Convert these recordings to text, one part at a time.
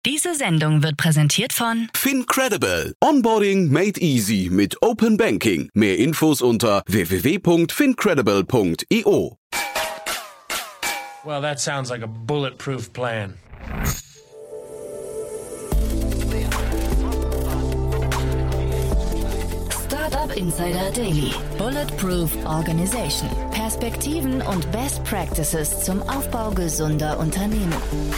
Diese Sendung wird präsentiert von FinCredible. Onboarding made easy mit Open Banking. Mehr Infos unter www.fincredible.io. Well, that sounds like a bulletproof plan. Startup Insider Daily. Bulletproof Organization. Perspektiven und Best Practices zum Aufbau gesunder Unternehmen.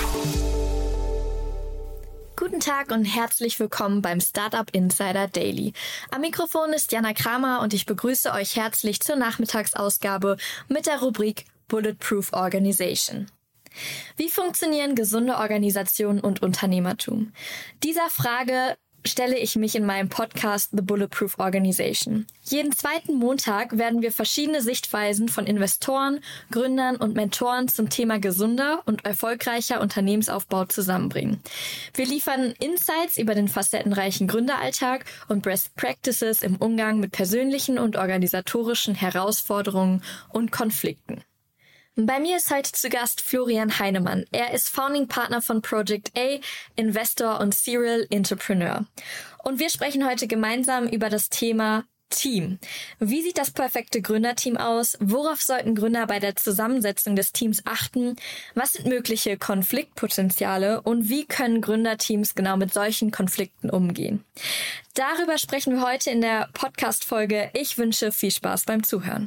Guten Tag und herzlich willkommen beim Startup Insider Daily. Am Mikrofon ist Jana Kramer und ich begrüße euch herzlich zur Nachmittagsausgabe mit der Rubrik Bulletproof Organization. Wie funktionieren gesunde Organisationen und Unternehmertum? Dieser Frage stelle ich mich in meinem Podcast The Bulletproof Organization. Jeden zweiten Montag werden wir verschiedene Sichtweisen von Investoren, Gründern und Mentoren zum Thema gesunder und erfolgreicher Unternehmensaufbau zusammenbringen. Wir liefern Insights über den facettenreichen Gründeralltag und Best Practices im Umgang mit persönlichen und organisatorischen Herausforderungen und Konflikten. Bei mir ist heute zu Gast Florian Heinemann. Er ist Founding Partner von Project A, Investor und Serial Entrepreneur. Und wir sprechen heute gemeinsam über das Thema Team. Wie sieht das perfekte Gründerteam aus? Worauf sollten Gründer bei der Zusammensetzung des Teams achten? Was sind mögliche Konfliktpotenziale? Und wie können Gründerteams genau mit solchen Konflikten umgehen? Darüber sprechen wir heute in der Podcast-Folge. Ich wünsche viel Spaß beim Zuhören.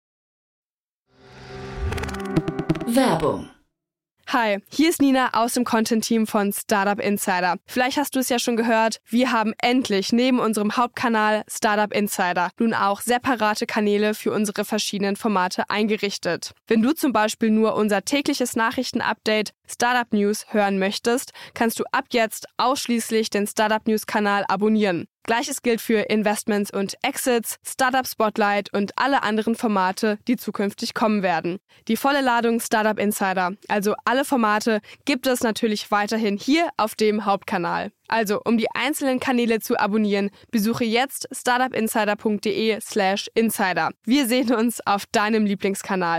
Werbung. Hi, hier ist Nina aus dem Content-Team von Startup Insider. Vielleicht hast du es ja schon gehört, wir haben endlich neben unserem Hauptkanal Startup Insider nun auch separate Kanäle für unsere verschiedenen Formate eingerichtet. Wenn du zum Beispiel nur unser tägliches Nachrichtenupdate Startup News hören möchtest, kannst du ab jetzt ausschließlich den Startup News-Kanal abonnieren. Gleiches gilt für Investments und Exits, Startup Spotlight und alle anderen Formate, die zukünftig kommen werden. Die volle Ladung Startup Insider, also alle Formate, gibt es natürlich weiterhin hier auf dem Hauptkanal. Also, um die einzelnen Kanäle zu abonnieren, besuche jetzt startupinsider.de/insider. Wir sehen uns auf deinem Lieblingskanal.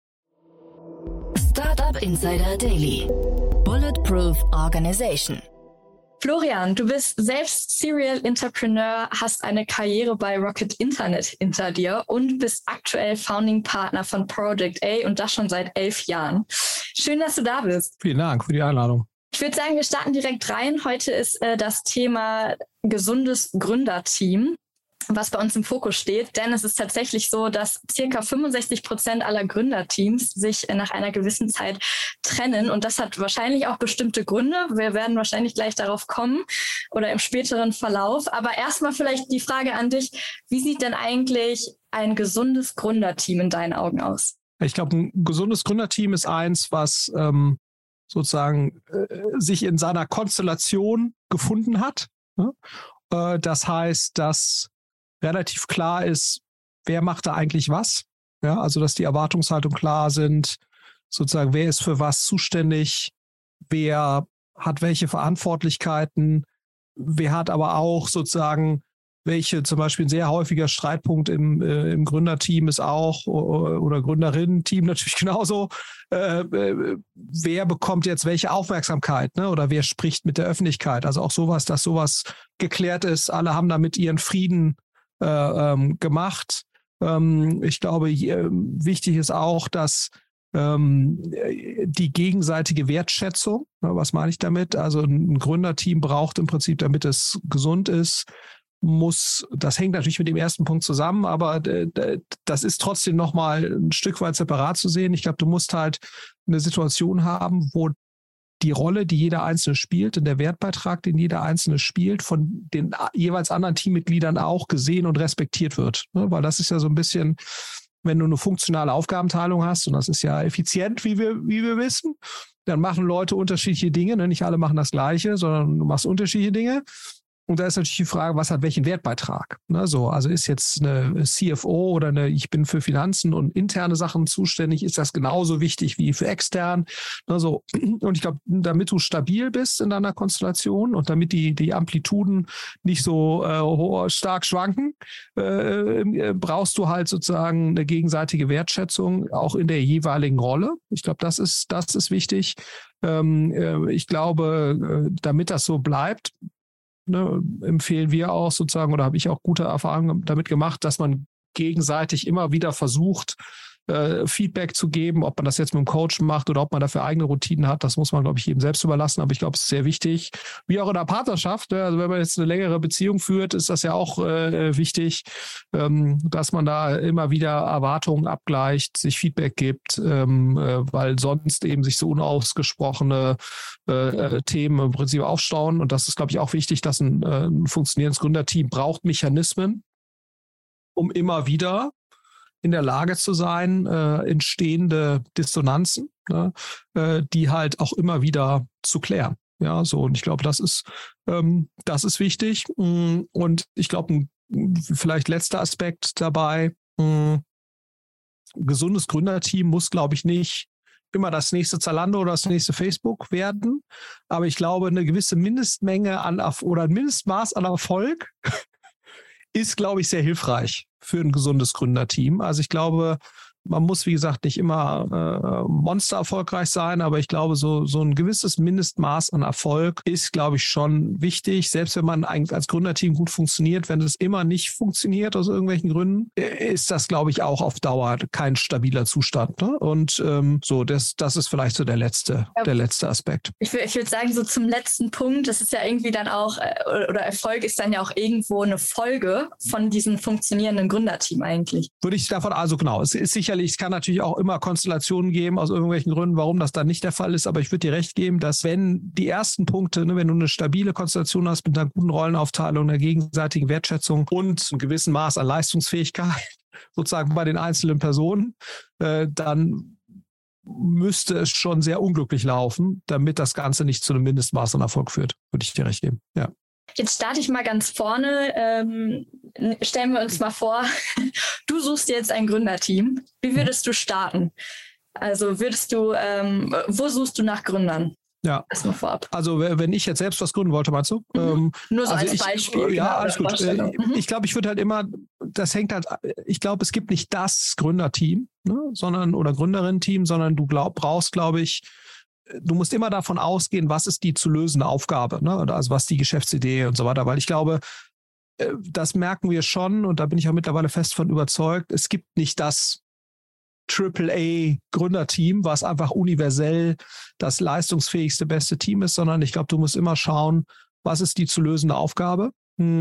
Startup Insider Daily. Bulletproof Organization. Florian, du bist selbst Serial Entrepreneur, hast eine Karriere bei Rocket Internet hinter dir und bist aktuell Founding Partner von Project A und das schon seit 11 Jahren. Schön, dass du da bist. Vielen Dank für die Einladung. Ich würde sagen, wir starten direkt rein. Heute ist das Thema gesundes Gründerteam, was bei uns im Fokus steht. Denn es ist tatsächlich so, dass ca. 65% aller Gründerteams sich nach einer gewissen Zeit trennen. Und das hat wahrscheinlich auch bestimmte Gründe. Wir werden wahrscheinlich gleich darauf kommen oder im späteren Verlauf. Aber erstmal vielleicht die Frage an dich. Wie sieht denn eigentlich ein gesundes Gründerteam in deinen Augen aus? Ich glaube, ein gesundes Gründerteam ist eins, was sozusagen sich in seiner Konstellation gefunden hat. Ne? Das heißt, dass relativ klar ist, wer macht da eigentlich was. Ja, also dass die Erwartungshaltungen klar sind, sozusagen, wer ist für was zuständig, wer hat welche Verantwortlichkeiten, wer hat aber auch sozusagen welche, zum Beispiel ein sehr häufiger Streitpunkt im Gründerteam ist auch, oder Gründerinnen-Team natürlich genauso, wer bekommt jetzt welche Aufmerksamkeit, ne? Oder wer spricht mit der Öffentlichkeit. Also auch sowas, dass sowas geklärt ist, alle haben damit ihren Frieden gemacht. Ich glaube, wichtig ist auch, dass die gegenseitige Wertschätzung, was meine ich damit? Also ein Gründerteam braucht im Prinzip, damit es gesund ist, das hängt natürlich mit dem ersten Punkt zusammen, aber das ist trotzdem nochmal ein Stück weit separat zu sehen. Ich glaube, du musst halt eine Situation haben, wo die Rolle, die jeder Einzelne spielt und der Wertbeitrag, den jeder Einzelne spielt, von den jeweils anderen Teammitgliedern auch gesehen und respektiert wird. Weil das ist ja so ein bisschen, wenn du eine funktionale Aufgabenteilung hast, und das ist ja effizient, wie wir wissen, dann machen Leute unterschiedliche Dinge. Nicht alle machen das Gleiche, sondern du machst unterschiedliche Dinge. Und da ist natürlich die Frage, was hat welchen Wertbeitrag? Ne, so, also ist jetzt eine CFO oder ich bin für Finanzen und interne Sachen zuständig, ist das genauso wichtig wie für extern? Ne, so. Und ich glaube, damit du stabil bist in deiner Konstellation und damit die Amplituden nicht so stark schwanken, brauchst du halt sozusagen eine gegenseitige Wertschätzung auch in der jeweiligen Rolle. Ich glaube, das ist wichtig. Ich glaube, damit das so bleibt, ne, empfehlen wir auch sozusagen, oder habe ich auch gute Erfahrungen damit gemacht, dass man gegenseitig immer wieder versucht, Feedback zu geben, ob man das jetzt mit dem Coach macht oder ob man dafür eigene Routinen hat, das muss man, glaube ich, jedem selbst überlassen, aber ich glaube, es ist sehr wichtig, wie auch in der Partnerschaft, ne? Also wenn man jetzt eine längere Beziehung führt, ist das ja auch wichtig, dass man da immer wieder Erwartungen abgleicht, sich Feedback gibt, weil sonst eben sich so unausgesprochene Themen im Prinzip aufstauen, und das ist, glaube ich, auch wichtig, dass ein funktionierendes Gründerteam braucht Mechanismen, um immer wieder in der Lage zu sein, entstehende Dissonanzen, ne, die halt auch immer wieder zu klären. Ja, so, und ich glaube, das ist wichtig. Und ich glaube, vielleicht letzter Aspekt dabei, gesundes Gründerteam muss, glaube ich, nicht immer das nächste Zalando oder das nächste Facebook werden. Aber ich glaube, eine gewisse Mindestmenge oder ein Mindestmaß an Erfolg ist, glaube ich, sehr hilfreich für ein gesundes Gründerteam. Also ich glaube, man muss, wie gesagt, nicht immer monster erfolgreich sein, aber ich glaube, so ein gewisses Mindestmaß an Erfolg ist, glaube ich, schon wichtig. Selbst wenn man eigentlich als Gründerteam gut funktioniert, wenn es immer nicht funktioniert aus irgendwelchen Gründen, ist das, glaube ich, auch auf Dauer kein stabiler Zustand. Ne? Und das ist vielleicht so der letzte Aspekt. Ich würde sagen, so zum letzten Punkt, das ist ja irgendwie dann auch, oder Erfolg ist dann ja auch irgendwo eine Folge von diesem funktionierenden Gründerteam eigentlich. Würde ich davon, also genau, es ist sicherlich, es kann natürlich auch immer Konstellationen geben aus irgendwelchen Gründen, warum das dann nicht der Fall ist, aber ich würde dir recht geben, dass wenn die ersten Punkte, ne, wenn du eine stabile Konstellation hast mit einer guten Rollenaufteilung, einer gegenseitigen Wertschätzung und einem gewissen Maß an Leistungsfähigkeit sozusagen bei den einzelnen Personen, dann müsste es schon sehr unglücklich laufen, damit das Ganze nicht zu einem Mindestmaß an Erfolg führt, würde ich dir recht geben, ja. Jetzt starte ich mal ganz vorne. Stellen wir uns mal vor, du suchst jetzt ein Gründerteam. Wie würdest du starten? Also wo suchst du nach Gründern? Ja, erstmal vorab. Also wenn ich jetzt selbst was gründen wollte, meinst du? Nur so als Beispiel. Ja, alles gut. Ich glaube, ich würde halt immer, ich glaube, es gibt nicht das Gründerteam, ne, oder Gründerinnen-Team, sondern du brauchst, glaube ich, du musst immer davon ausgehen, was ist die zu lösende Aufgabe, ne? Also was ist die Geschäftsidee und so weiter, weil ich glaube, das merken wir schon und da bin ich auch mittlerweile fest von überzeugt, es gibt nicht das AAA-Gründerteam, was einfach universell das leistungsfähigste, beste Team ist, sondern ich glaube, du musst immer schauen, was ist die zu lösende Aufgabe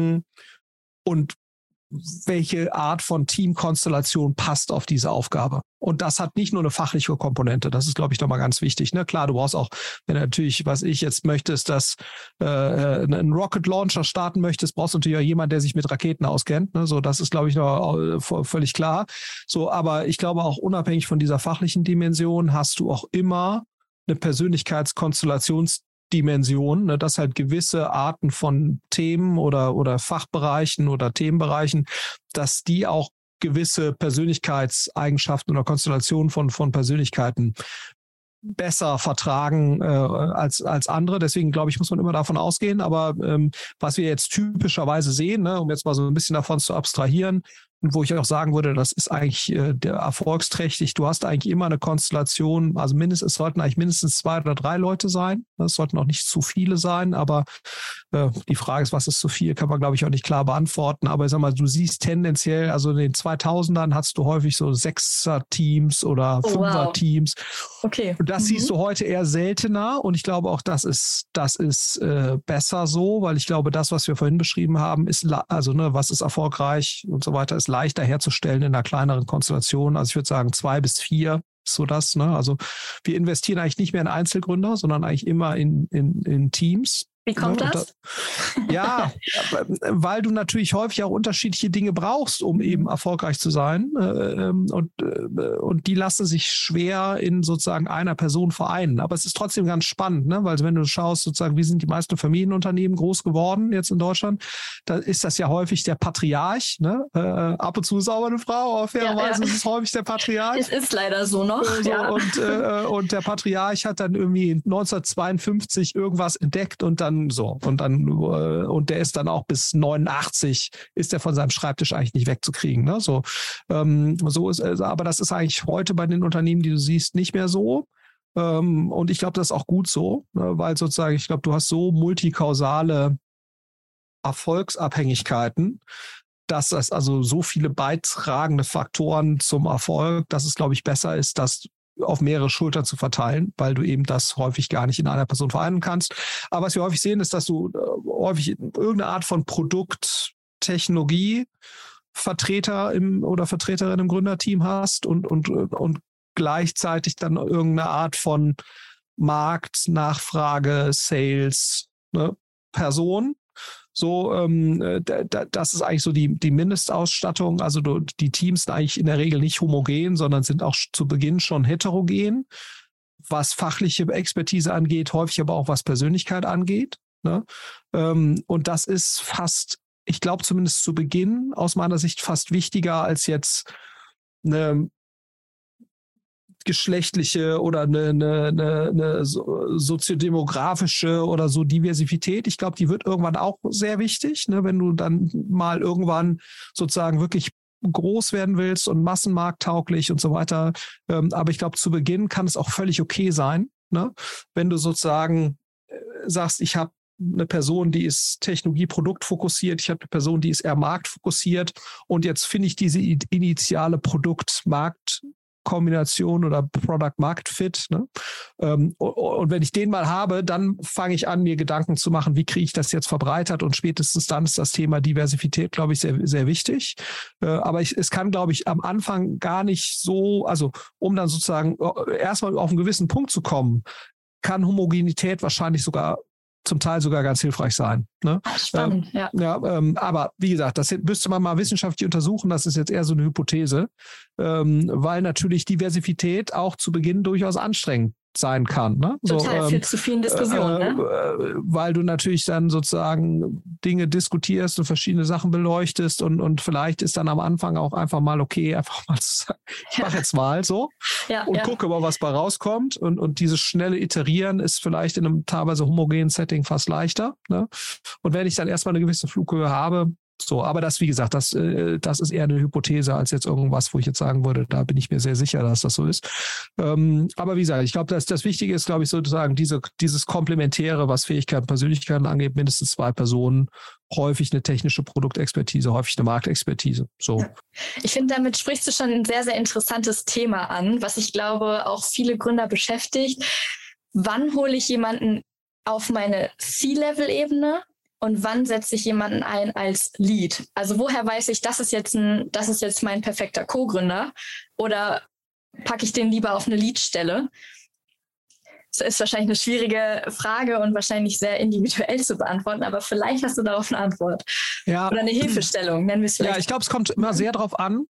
und welche Art von Teamkonstellation passt auf diese Aufgabe. Und das hat nicht nur eine fachliche Komponente. Das ist, glaube ich, nochmal ganz wichtig. Ne? Klar, du brauchst auch, wenn du natürlich, was ich jetzt möchtest, dass einen Rocket Launcher starten möchtest, brauchst du natürlich auch jemanden, der sich mit Raketen auskennt. Ne? So, das ist, glaube ich, noch völlig klar. So, aber ich glaube auch unabhängig von dieser fachlichen Dimension hast du auch immer eine Persönlichkeitskonstellationsdimension, ne, dass halt gewisse Arten von Themen oder Fachbereichen oder Themenbereichen, dass die auch gewisse Persönlichkeitseigenschaften oder Konstellationen von Persönlichkeiten besser vertragen als andere. Deswegen, glaube ich, muss man immer davon ausgehen. Aber was wir jetzt typischerweise sehen, ne, um jetzt mal so ein bisschen davon zu abstrahieren, und wo ich auch sagen würde, das ist eigentlich der erfolgsträchtig. Du hast eigentlich immer eine Konstellation, also es sollten eigentlich mindestens 2 oder 3 Leute sein. Es sollten auch nicht zu viele sein, aber die Frage ist, was ist zu viel, kann man, glaube ich, auch nicht klar beantworten. Aber ich sag mal, du siehst tendenziell, also in den 2000ern hast du häufig so 6er-Teams oder 5er-Teams. Okay. Und das siehst du heute eher seltener und ich glaube auch, das ist besser so, weil ich glaube, das, was wir vorhin beschrieben haben, ist, also ne, was ist erfolgreich und so weiter, ist leichter herzustellen in einer kleineren Konstellation. Also ich würde sagen 2 bis 4 ist so das. Ne? Also wir investieren eigentlich nicht mehr in Einzelgründer, sondern eigentlich immer in Teams. Wie kommt das? Ja, weil du natürlich häufig auch unterschiedliche Dinge brauchst, um eben erfolgreich zu sein. Und die lassen sich schwer in sozusagen einer Person vereinen. Aber es ist trotzdem ganz spannend, ne? Weil wenn du schaust, sozusagen, wie sind die meisten Familienunternehmen groß geworden jetzt in Deutschland, da ist das ja häufig der Patriarch. Ne? Ab und zu ist auch eine Frau, aber fairerweise ist es häufig der Patriarch. Es ist leider so noch. Und der Patriarch hat dann irgendwie 1952 irgendwas entdeckt und der ist dann auch bis 89 ist er von seinem Schreibtisch eigentlich nicht wegzukriegen. Ne? So ist es, aber das ist eigentlich heute bei den Unternehmen, die du siehst, nicht mehr so. Und ich glaube, das ist auch gut so, ne? Weil sozusagen, ich glaube, du hast so multikausale Erfolgsabhängigkeiten, dass das also so viele beitragende Faktoren zum Erfolg, dass es, glaube ich, besser ist, das auf mehrere Schultern zu verteilen, weil du eben das häufig gar nicht in einer Person vereinen kannst. Aber was wir häufig sehen, ist, dass du häufig irgendeine Art von Produkt, Technologie, Vertreter oder Vertreterin im Gründerteam hast und gleichzeitig dann irgendeine Art von Markt, Nachfrage, Sales, ne, Person. So, das ist eigentlich so die Mindestausstattung. Also die Teams sind eigentlich in der Regel nicht homogen, sondern sind auch zu Beginn schon heterogen, was fachliche Expertise angeht, häufig aber auch was Persönlichkeit angeht. Ne? Und das ist fast, ich glaube zumindest zu Beginn aus meiner Sicht fast wichtiger als jetzt eine geschlechtliche oder eine soziodemografische oder so Diversität. Ich glaube, die wird irgendwann auch sehr wichtig, ne, wenn du dann mal irgendwann sozusagen wirklich groß werden willst und massenmarkttauglich und so weiter. Aber ich glaube, zu Beginn kann es auch völlig okay sein, ne, wenn du sozusagen sagst, ich habe eine Person, die ist technologieproduktfokussiert, ich habe eine Person, die ist eher marktfokussiert und jetzt finde ich diese initiale Produkt-Markt-Kombination oder Product-Market-Fit. Ne? Und wenn ich den mal habe, dann fange ich an, mir Gedanken zu machen, wie kriege ich das jetzt verbreitert und spätestens dann ist das Thema Diversität, glaube ich, sehr, sehr wichtig. Aber es kann, glaube ich, am Anfang gar nicht so, also um dann sozusagen erstmal auf einen gewissen Punkt zu kommen, kann Homogenität wahrscheinlich zum Teil sogar ganz hilfreich sein. Ne? Spannend, ja. Aber wie gesagt, das müsste man mal wissenschaftlich untersuchen. Das ist jetzt eher so eine Hypothese, weil natürlich Diversität auch zu Beginn durchaus anstrengend sein kann. Ne? Total, viel zu vielen Diskussionen. Ne? Weil du natürlich dann sozusagen Dinge diskutierst und verschiedene Sachen beleuchtest und vielleicht ist dann am Anfang auch einfach mal okay, einfach mal zu sagen, ich mache jetzt mal so und gucke mal, was bei rauskommt und dieses schnelle Iterieren ist vielleicht in einem teilweise homogenen Setting fast leichter. Ne? Und wenn ich dann erstmal eine gewisse Flughöhe habe, so, aber das, wie gesagt, das ist eher eine Hypothese als jetzt irgendwas, wo ich jetzt sagen würde, da bin ich mir sehr sicher, dass das so ist. Aber wie gesagt, ich glaube, das Wichtige ist, glaube ich, sozusagen dieses Komplementäre, was Fähigkeiten, Persönlichkeiten angeht, mindestens 2 Personen, häufig eine technische Produktexpertise, häufig eine Marktexpertise. So. Ich finde, damit sprichst du schon ein sehr, sehr interessantes Thema an, was ich glaube, auch viele Gründer beschäftigt. Wann hole ich jemanden auf meine C-Level-Ebene? Und wann setze ich jemanden ein als Lead? Also woher weiß ich, das ist jetzt mein perfekter Co-Gründer? Oder packe ich den lieber auf eine Lead-Stelle? Das ist wahrscheinlich eine schwierige Frage und wahrscheinlich sehr individuell zu beantworten, aber vielleicht hast du darauf eine Antwort. Ja. Oder eine Hilfestellung, nennen wir es vielleicht. Ja, ich glaube, es kommt immer sehr darauf an,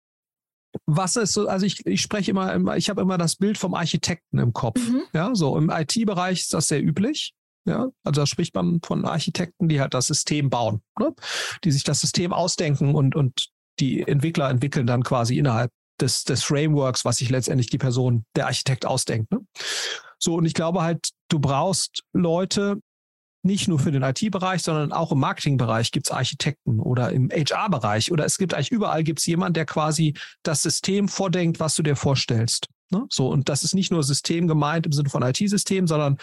was ist so, also ich spreche immer, ich habe immer das Bild vom Architekten im Kopf. Ja, so im IT-Bereich ist das sehr üblich. Ja, also da spricht man von Architekten, die halt das System bauen, ne? Die sich das System ausdenken und die Entwickler entwickeln dann quasi innerhalb des Frameworks, was sich letztendlich die Person, der Architekt ausdenkt. Ne? So, und ich glaube halt, du brauchst Leute, nicht nur für den IT-Bereich, sondern auch im Marketing-Bereich gibt es Architekten oder im HR-Bereich oder es gibt eigentlich überall gibt es jemanden, der quasi das System vordenkt, was du dir vorstellst. Ne? So, und das ist nicht nur System gemeint im Sinne von IT-System, sondern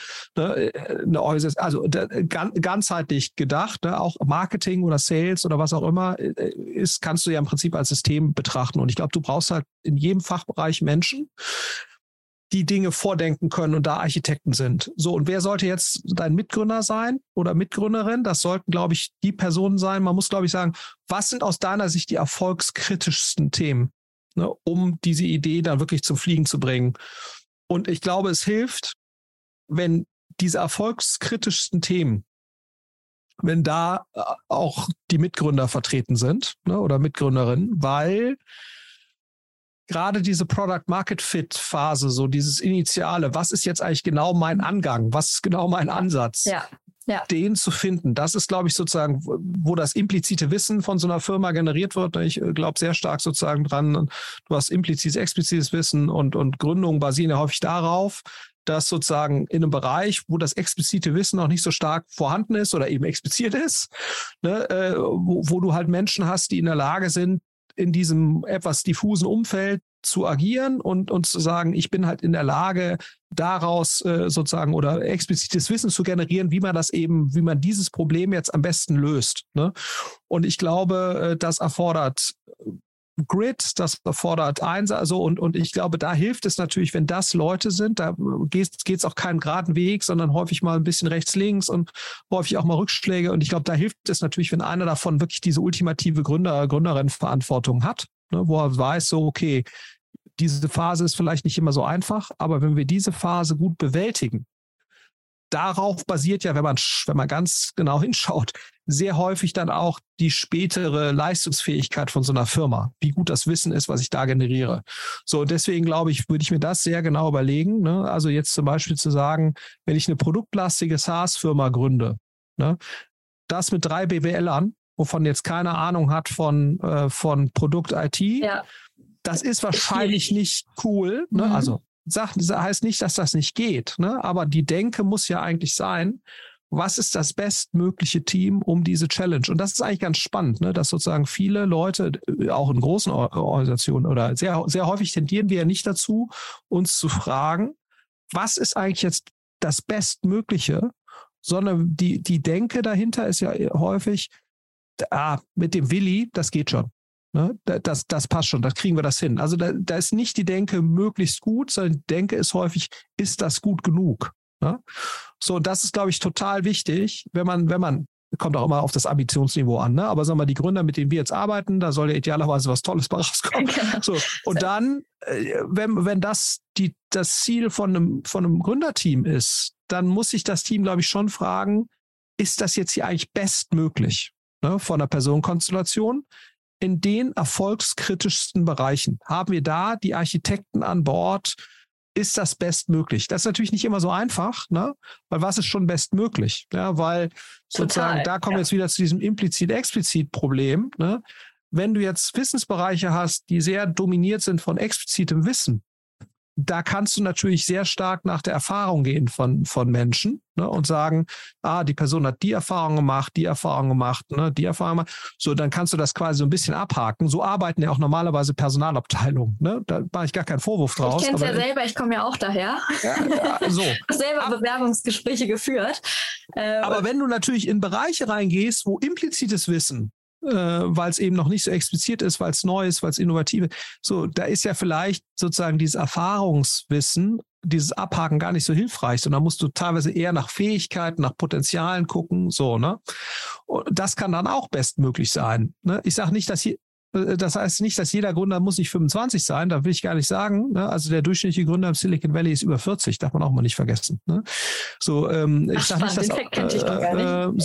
ganzheitlich gedacht, ne? Auch Marketing oder Sales oder was auch immer kannst du ja im Prinzip als System betrachten. Und ich glaube, du brauchst halt in jedem Fachbereich Menschen, die Dinge vordenken können und da Architekten sind. So, und wer sollte jetzt dein Mitgründer sein oder Mitgründerin? Das sollten, glaube ich, die Personen sein. Man muss, glaube ich, sagen, was sind aus deiner Sicht die erfolgskritischsten Themen, ne, um diese Idee dann wirklich zum Fliegen zu bringen? Und ich glaube, es hilft, wenn diese erfolgskritischsten Themen wenn da auch die Mitgründer vertreten sind, ne, oder Mitgründerinnen, weil gerade diese Product-Market-Fit-Phase, so dieses Initiale, was ist jetzt eigentlich genau mein Angang, was ist genau mein Ansatz, den zu finden, das ist, glaube ich, sozusagen, wo das implizite Wissen von so einer Firma generiert wird. Ich glaube sehr stark sozusagen dran, du hast implizites, explizites Wissen und Gründungen basieren ja häufig darauf, dass sozusagen in einem Bereich, wo das explizite Wissen noch nicht so stark vorhanden ist oder eben explizit ist, ne, wo du halt Menschen hast, die in der Lage sind, in diesem etwas diffusen Umfeld zu agieren und zu sagen, ich bin halt in der Lage, daraus sozusagen oder explizites Wissen zu generieren, wie man dieses Problem jetzt am besten löst. Ne? Und ich glaube, das erfordert Grit, das erfordert Einsatz, und ich glaube, da hilft es natürlich, wenn das Leute sind, da geht es auch keinen geraden Weg, sondern häufig mal ein bisschen rechts, links und häufig auch mal Rückschläge, und ich glaube, da hilft es natürlich, wenn einer davon wirklich diese ultimative Gründerin-Verantwortung hat, ne, wo er weiß, so okay, diese Phase ist vielleicht nicht immer so einfach, aber wenn wir diese Phase gut bewältigen, darauf basiert ja, wenn man ganz genau hinschaut, sehr häufig dann auch die spätere Leistungsfähigkeit von so einer Firma, wie gut das Wissen ist, was ich da generiere. So, und deswegen glaube ich, würde ich mir das sehr genau überlegen. Ne? Also jetzt zum Beispiel zu sagen, wenn ich eine produktlastige SaaS-Firma gründe, ne, das mit 3 BWLern, wovon jetzt keine Ahnung hat von Produkt-IT, das ist wahrscheinlich nicht cool. Ne? Also das heißt nicht, dass das nicht geht, ne? Aber die Denke muss ja eigentlich sein, was ist das bestmögliche Team um diese Challenge? Und das ist eigentlich ganz spannend, ne? Dass sozusagen viele Leute, auch in großen Organisationen oder sehr, sehr häufig tendieren wir ja nicht dazu, uns zu fragen, was ist eigentlich jetzt das Bestmögliche, sondern die Denke dahinter ist ja häufig, mit dem Willi, das geht schon. Ne, das passt schon, da kriegen wir das hin. Also da ist nicht die Denke möglichst gut, sondern die Denke ist häufig, ist das gut genug? Ne? So, und das ist, glaube ich, total wichtig, wenn man, kommt auch immer auf das Ambitionsniveau an, ne? Aber sagen wir mal, die Gründer, mit denen wir jetzt arbeiten, da soll ja idealerweise was Tolles bei rauskommen. Genau. So, und dann, wenn das das Ziel von einem Gründerteam ist, dann muss sich das Team, glaube ich, schon fragen, ist das jetzt hier eigentlich bestmöglich, ne, von einer Personenkonstellation? In den erfolgskritischsten Bereichen haben wir da die Architekten an Bord. Ist das bestmöglich? Das ist natürlich nicht immer so einfach, ne? Weil was ist schon bestmöglich? Ja, weil sozusagen, da kommen wir jetzt wieder zu diesem implizit-explizit-Problem. Ne? Wenn du jetzt Wissensbereiche hast, die sehr dominiert sind von explizitem Wissen, da kannst du natürlich sehr stark nach der Erfahrung gehen von Menschen, ne, und sagen, die Person hat die Erfahrung gemacht, ne, die Erfahrung gemacht. So, dann kannst du das quasi so ein bisschen abhaken. So arbeiten ja auch normalerweise Personalabteilungen. Ne? Da mache ich gar keinen Vorwurf draus. Ich kenne es ja selber, ich komme ja auch daher. So. Ich habe selber Bewerbungsgespräche geführt. Aber wenn du natürlich in Bereiche reingehst, wo implizites Wissen, weil es eben noch nicht so explizit ist, weil es neu ist, weil es innovativ ist. So, da ist ja vielleicht sozusagen dieses Erfahrungswissen, dieses Abhaken gar nicht so hilfreich, sondern musst du teilweise eher nach Fähigkeiten, nach Potenzialen gucken, so, ne? Und das kann dann auch bestmöglich sein, ne? Ich sage nicht, das heißt nicht, dass jeder Gründer muss nicht 25 sein, da will ich gar nicht sagen, ne? Also der durchschnittliche Gründer im Silicon Valley ist über 40, darf man auch mal nicht vergessen, ne? So, ich sage nicht, dass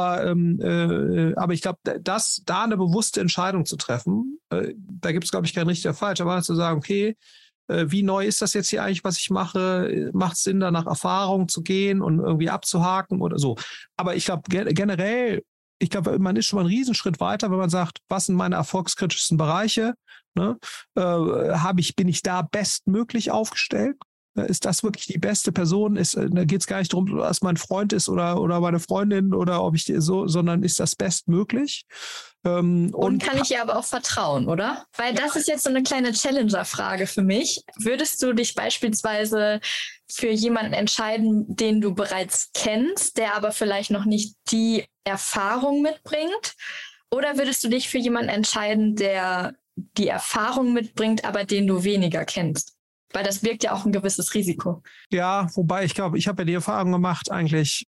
aber ich glaube, da eine bewusste Entscheidung zu treffen, da gibt es, glaube ich, kein richtig oder falsch, aber zu sagen, okay, wie neu ist das jetzt hier eigentlich, was ich mache? Macht es Sinn, da nach Erfahrung zu gehen und irgendwie abzuhaken oder so? Aber ich glaube, generell, man ist schon mal einen Riesenschritt weiter, wenn man sagt, was sind meine erfolgskritischsten Bereiche? Ne? Bin ich da bestmöglich aufgestellt? Ist das wirklich die beste Person? Da geht es gar nicht darum, dass mein Freund ist oder meine Freundin oder ob ich so, sondern ist das bestmöglich? Und kann ich ihr aber auch vertrauen, oder? Weil das ist jetzt so eine kleine Challenger-Frage für mich. Würdest du dich beispielsweise für jemanden entscheiden, den du bereits kennst, der aber vielleicht noch nicht die Erfahrung mitbringt? Oder würdest du dich für jemanden entscheiden, der die Erfahrung mitbringt, aber den du weniger kennst? Weil das birgt ja auch ein gewisses Risiko. Ja, wobei ich glaube, ich habe ja die Erfahrung gemacht, eigentlich,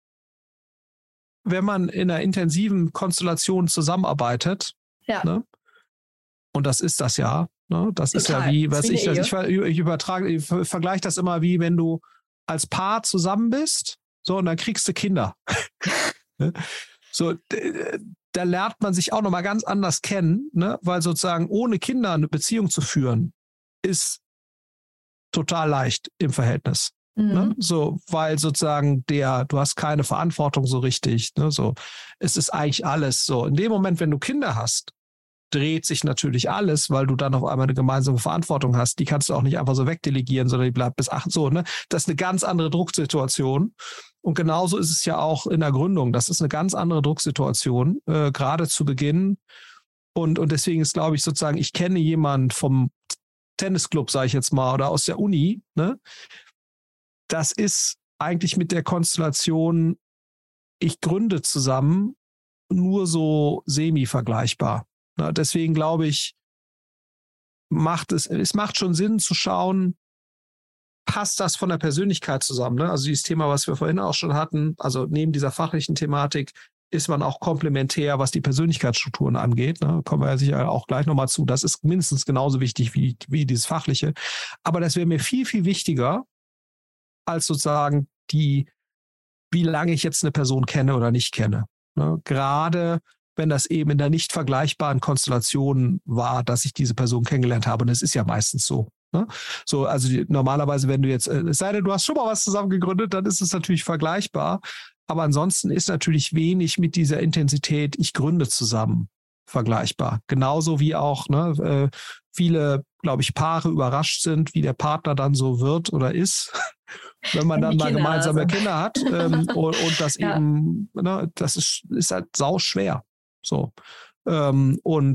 wenn man in einer intensiven Konstellation zusammenarbeitet, ne? Und das ist das ja, ne? Das total. Ist ja wie, was ich vergleiche das immer wie, wenn du als Paar zusammen bist, so, und dann kriegst du Kinder. So, da lernt man sich auch nochmal ganz anders kennen, ne? Weil sozusagen ohne Kinder eine Beziehung zu führen, ist total leicht im Verhältnis. Ne? So, weil sozusagen du hast keine Verantwortung so richtig. Ne? So, es ist eigentlich alles so. In dem Moment, wenn du Kinder hast, dreht sich natürlich alles, weil du dann auf einmal eine gemeinsame Verantwortung hast. Die kannst du auch nicht einfach so wegdelegieren, sondern die bleibt bis 8 so. Ne? Das ist eine ganz andere Drucksituation. Und genauso ist es ja auch in der Gründung. Das ist eine ganz andere Drucksituation, gerade zu Beginn. Und deswegen ist, glaube ich, sozusagen, ich kenne jemanden vom Tennisclub, sage ich jetzt mal, oder aus der Uni, ne? Das ist eigentlich mit der Konstellation, ich gründe zusammen, nur so semi-vergleichbar. Na, deswegen glaube ich, es macht schon Sinn zu schauen, passt das von der Persönlichkeit zusammen? Ne? Also dieses Thema, was wir vorhin auch schon hatten, also neben dieser fachlichen Thematik, ist man auch komplementär, was die Persönlichkeitsstrukturen angeht. Ne? Kommen wir ja sicher auch gleich nochmal zu. Das ist mindestens genauso wichtig wie dieses Fachliche. Aber das wäre mir viel, viel wichtiger, als sozusagen wie lange ich jetzt eine Person kenne oder nicht kenne. Ne? Gerade wenn das eben in der nicht vergleichbaren Konstellation war, dass ich diese Person kennengelernt habe. Und das ist ja meistens so. Ne? So, also normalerweise, wenn du jetzt, es sei denn, du hast schon mal was zusammen gegründet, dann ist es natürlich vergleichbar. Aber ansonsten ist natürlich wenig mit dieser Intensität, ich gründe zusammen, vergleichbar. Genauso wie auch viele, glaube ich, Paare überrascht sind, wie der Partner dann so wird oder ist, wenn man dann mal gemeinsame Kinder hat. Und das eben, ne, das ist halt sauschwer. So. Genau.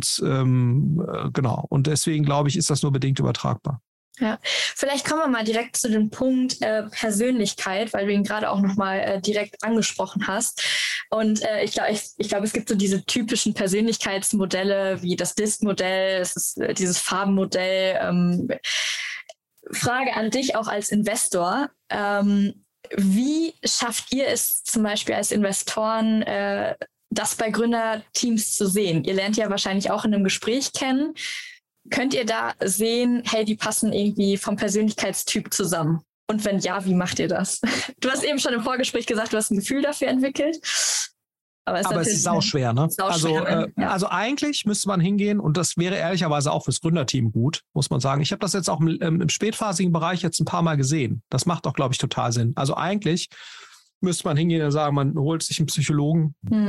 Und deswegen, glaube ich, ist das nur bedingt übertragbar. Ja, vielleicht kommen wir mal direkt zu dem Punkt Persönlichkeit, weil du ihn gerade auch nochmal direkt angesprochen hast. Und ich glaube, es gibt so diese typischen Persönlichkeitsmodelle wie das DISC-Modell, es ist dieses Farbenmodell. Frage an dich auch als Investor. Wie schafft ihr es zum Beispiel als Investoren, das bei Gründerteams zu sehen? Ihr lernt ja wahrscheinlich auch in einem Gespräch kennen. Könnt ihr da sehen, hey, die passen irgendwie vom Persönlichkeitstyp zusammen? Und wenn ja, wie macht ihr das? Du hast eben schon im Vorgespräch gesagt, du hast ein Gefühl dafür entwickelt. Aber es ist sauschwer, ne? Also eigentlich müsste man hingehen, und das wäre ehrlicherweise auch fürs Gründerteam gut, muss man sagen. Ich habe das jetzt auch im spätphasigen Bereich jetzt ein paar Mal gesehen. Das macht auch, glaube ich, total Sinn. Also eigentlich müsste man hingehen und sagen, man holt sich einen Psychologen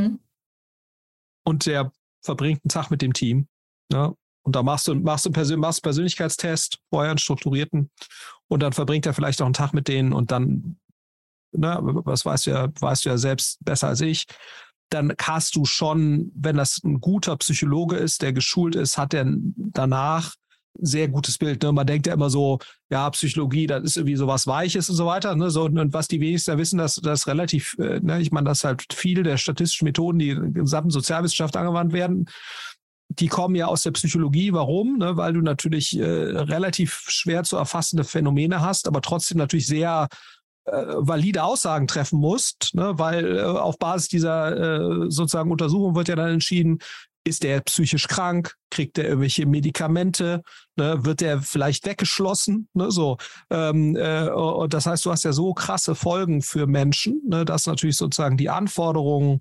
und der verbringt einen Tag mit dem Team. Ne? Und da machst du einen Persönlichkeitstest, vorher einen strukturierten, und dann verbringt er vielleicht auch einen Tag mit denen und dann, ne, was weißt du ja selbst besser als ich, dann hast du schon, wenn das ein guter Psychologe ist, der geschult ist, hat er danach sehr gutes Bild. Ne? Man denkt ja immer so, ja, Psychologie, das ist irgendwie so was Weiches und so weiter. Ne? So, und was die wenigsten wissen, dass das relativ, ich meine, dass halt viele der statistischen Methoden, die in der gesamten Sozialwissenschaft angewandt werden, die kommen ja aus der Psychologie. Warum? Ne? Weil du natürlich relativ schwer zu erfassende Phänomene hast, aber trotzdem natürlich sehr valide Aussagen treffen musst, ne? Weil auf Basis dieser sozusagen Untersuchung wird ja dann entschieden, ist der psychisch krank, kriegt er irgendwelche Medikamente, ne? Wird er vielleicht weggeschlossen, ne? So. Und das heißt, du hast ja so krasse Folgen für Menschen, ne? Dass natürlich sozusagen die Anforderungen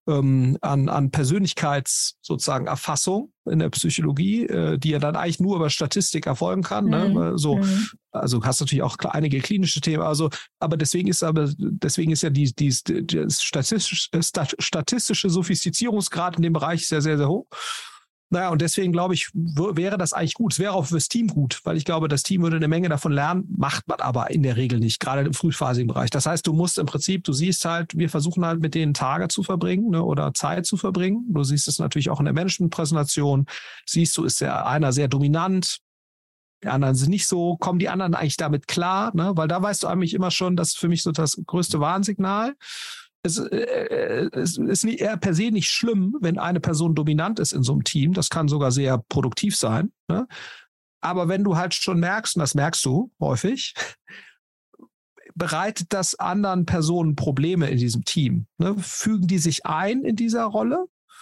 an Persönlichkeits-sozusagen Erfassung in der Psychologie, die ja dann eigentlich nur über Statistik erfolgen kann. Ne? So, also hast natürlich auch einige klinische Themen. Also, aber deswegen ist ja die statistische Sophistizierungsgrad in dem Bereich sehr, sehr, sehr hoch. Naja, und deswegen glaube ich, wäre das eigentlich gut. Es wäre auch fürs Team gut, weil ich glaube, das Team würde eine Menge davon lernen, macht man aber in der Regel nicht, gerade im frühphasigen Bereich. Das heißt, du musst im Prinzip, du siehst halt, wir versuchen halt mit denen Tage zu verbringen, ne, oder Zeit zu verbringen. Du siehst es natürlich auch in der Management-Präsentation. Siehst du, ist einer sehr dominant, die anderen sind nicht so. Kommen die anderen eigentlich damit klar? Ne? Weil da weißt du eigentlich immer schon, das ist für mich so das größte Warnsignal. Es ist nicht, per se nicht schlimm, wenn eine Person dominant ist in so einem Team. Das kann sogar sehr produktiv sein. Ne? Aber wenn du halt schon merkst, und das merkst du häufig, bereitet das anderen Personen Probleme in diesem Team. Ne? Fügen die sich ein in dieser Rolle?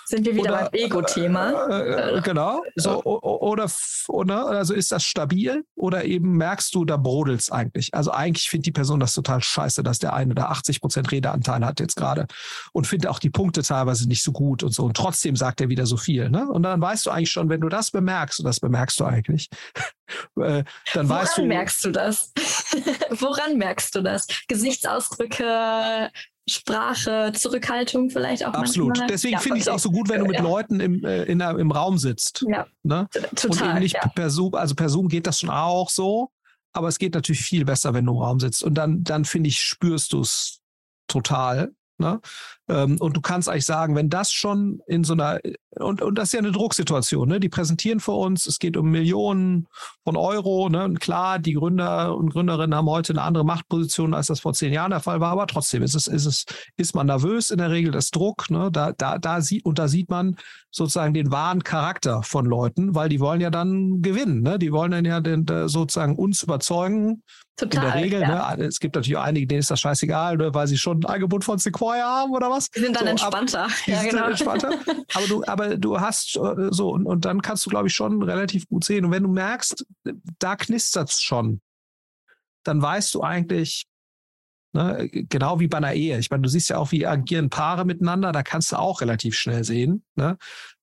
Sind wir wieder beim Ego-Thema? Genau. So, oder also ist das stabil oder eben merkst du, da brodelt es eigentlich. Also eigentlich findet die Person das total scheiße, dass der eine da 80% Redeanteil hat jetzt gerade und findet auch die Punkte teilweise nicht so gut und so. Und trotzdem sagt er wieder so viel. Ne? Und dann weißt du eigentlich schon, wenn du das bemerkst, und das bemerkst du eigentlich, dann weißt du. Woran merkst du das? Woran merkst du das? Gesichtsausdrücke, Sprache, Zurückhaltung vielleicht auch. Absolut. Manchmal. Deswegen finde ich es auch so gut, wenn du mit Leuten im Raum sitzt. Ja, ne? Total. Und eben nicht per Zoom. Also per Zoom geht das schon auch so, aber es geht natürlich viel besser, wenn du im Raum sitzt. Und dann finde ich, spürst du es total. Ne? Und du kannst eigentlich sagen, wenn das schon in so einer, und das ist ja eine Drucksituation, ne? Die präsentieren für uns, es geht um Millionen von Euro, ne? Und klar, die Gründer und Gründerinnen haben heute eine andere Machtposition, als das vor 10 Jahren der Fall war, aber trotzdem ist man nervös in der Regel, das Druck, ne? Da sieht man sozusagen den wahren Charakter von Leuten, weil die wollen ja dann gewinnen, ne? Die wollen dann ja sozusagen uns überzeugen. Total, in der Regel, ne? Es gibt natürlich auch einige, denen ist das scheißegal, ne? Weil sie schon ein Angebot von Sequoia haben oder was. Die sind dann entspannter. Entspannter. Aber du hast so, und dann kannst du, glaube ich, schon relativ gut sehen. Und wenn du merkst, da knistert es schon, dann weißt du eigentlich, ne, genau wie bei einer Ehe. Ich meine, du siehst ja auch, wie agieren Paare miteinander, da kannst du auch relativ schnell sehen, ne?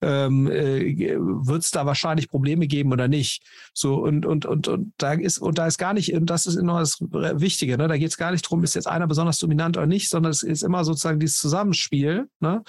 Wird es da wahrscheinlich Probleme geben oder nicht? So, und da ist gar nicht, und das ist immer das Wichtige, ne? Da geht es gar nicht darum, ist jetzt einer besonders dominant oder nicht, sondern es ist immer sozusagen dieses Zusammenspiel, ne?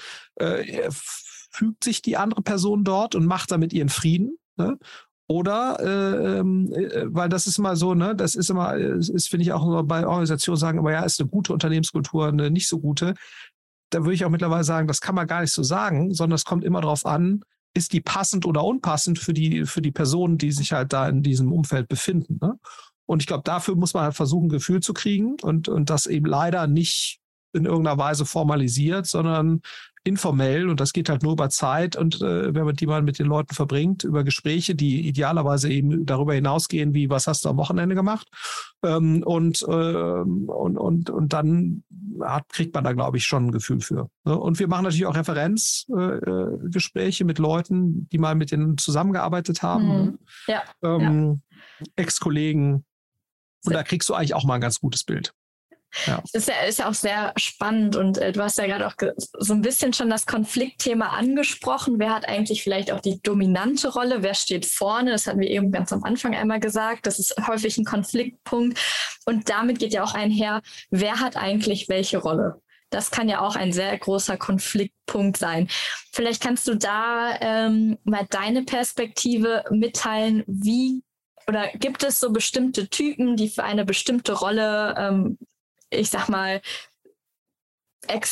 Fügt sich die andere Person dort und macht damit ihren Frieden, ne? Oder, weil das ist immer so, ne, das ist immer, finde ich auch immer bei Organisationen sagen, aber ja, ist eine gute Unternehmenskultur, eine nicht so gute. Da würde ich auch mittlerweile sagen, das kann man gar nicht so sagen, sondern es kommt immer darauf an, ist die passend oder unpassend für die Personen, die sich halt da in diesem Umfeld befinden. Ne? Und ich glaube, dafür muss man halt versuchen, ein Gefühl zu kriegen und das eben leider nicht in irgendeiner Weise formalisiert, sondern informell, und das geht halt nur über Zeit und wenn man die mal mit den Leuten verbringt, über Gespräche, die idealerweise eben darüber hinausgehen, wie, was hast du am Wochenende gemacht, und dann kriegt man da, glaube ich, schon ein Gefühl für. Ne? Und wir machen natürlich auch Referenzgespräche mit Leuten, die mal mit denen zusammengearbeitet haben, Ex-Kollegen, und da kriegst du eigentlich auch mal ein ganz gutes Bild. Ja. Ist ja auch sehr spannend und du hast ja gerade auch so ein bisschen schon das Konfliktthema angesprochen. Wer hat eigentlich vielleicht auch die dominante Rolle? Wer steht vorne? Das hatten wir eben ganz am Anfang einmal gesagt. Das ist häufig ein Konfliktpunkt. Und damit geht ja auch einher, wer hat eigentlich welche Rolle? Das kann ja auch ein sehr großer Konfliktpunkt sein. Vielleicht kannst du da mal deine Perspektive mitteilen, oder gibt es so bestimmte Typen, die für eine bestimmte Rolle ich sag mal, ein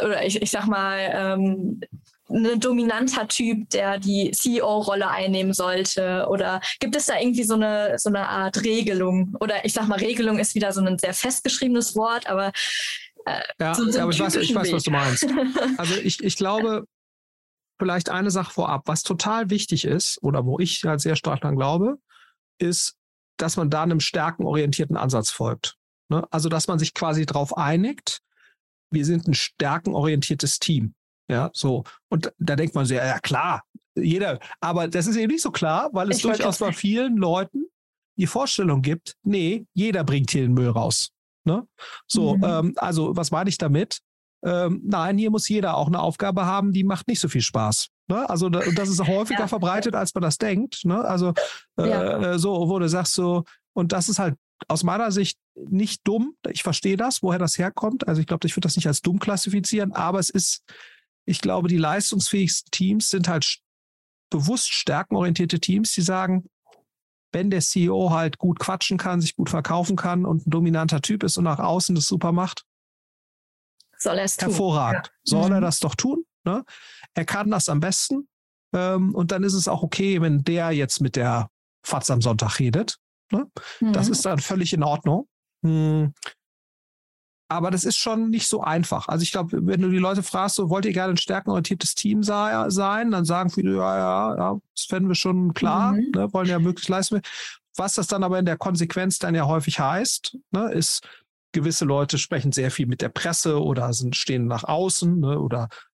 dominanter Typ, der die CEO-Rolle einnehmen sollte? Oder gibt es da irgendwie so eine Art Regelung? Oder ich sag mal, Regelung ist wieder so ein sehr festgeschriebenes Wort, aber aber ich weiß, was du meinst. Also ich glaube, vielleicht eine Sache vorab, was total wichtig ist, oder wo ich halt sehr stark dran glaube, ist, dass man da einem stärkenorientierten Ansatz folgt. Ne? Also, dass man sich quasi darauf einigt, wir sind ein stärkenorientiertes Team. Ja, so. Und da denkt man so, ja klar, aber das ist eben nicht so klar, weil es durchaus bei vielen Leuten die Vorstellung gibt, nee, jeder bringt hier den Müll raus. Ne? So, also, was meine ich damit? Nein, hier muss jeder auch eine Aufgabe haben, die macht nicht so viel Spaß. Ne? Also, und das ist häufiger verbreitet, als man das denkt. Ne? Also, so, wo du sagst so, und das ist halt aus meiner Sicht nicht dumm. Ich verstehe das, woher das herkommt. Also ich glaube, ich würde das nicht als dumm klassifizieren, aber ich glaube, die leistungsfähigsten Teams sind halt bewusst stärkenorientierte Teams, die sagen, wenn der CEO halt gut quatschen kann, sich gut verkaufen kann und ein dominanter Typ ist und nach außen das super macht, soll er es tun. Hervorragend. Ja. Soll er das doch tun? Ne? Er kann das am besten. Und dann ist es auch okay, wenn der jetzt mit der Fatz am Sonntag redet. Ne? Das ist dann völlig in Ordnung. Aber das ist schon nicht so einfach. Also ich glaube, wenn du die Leute fragst, so wollt ihr gerne ein stärkenorientiertes Team sein, dann sagen viele, ja, das fänden wir schon klar, ne, wollen ja möglichst leisten. Was das dann aber in der Konsequenz dann ja häufig heißt, ne, ist, gewisse Leute sprechen sehr viel mit der Presse oder stehen nach außen, ne, oder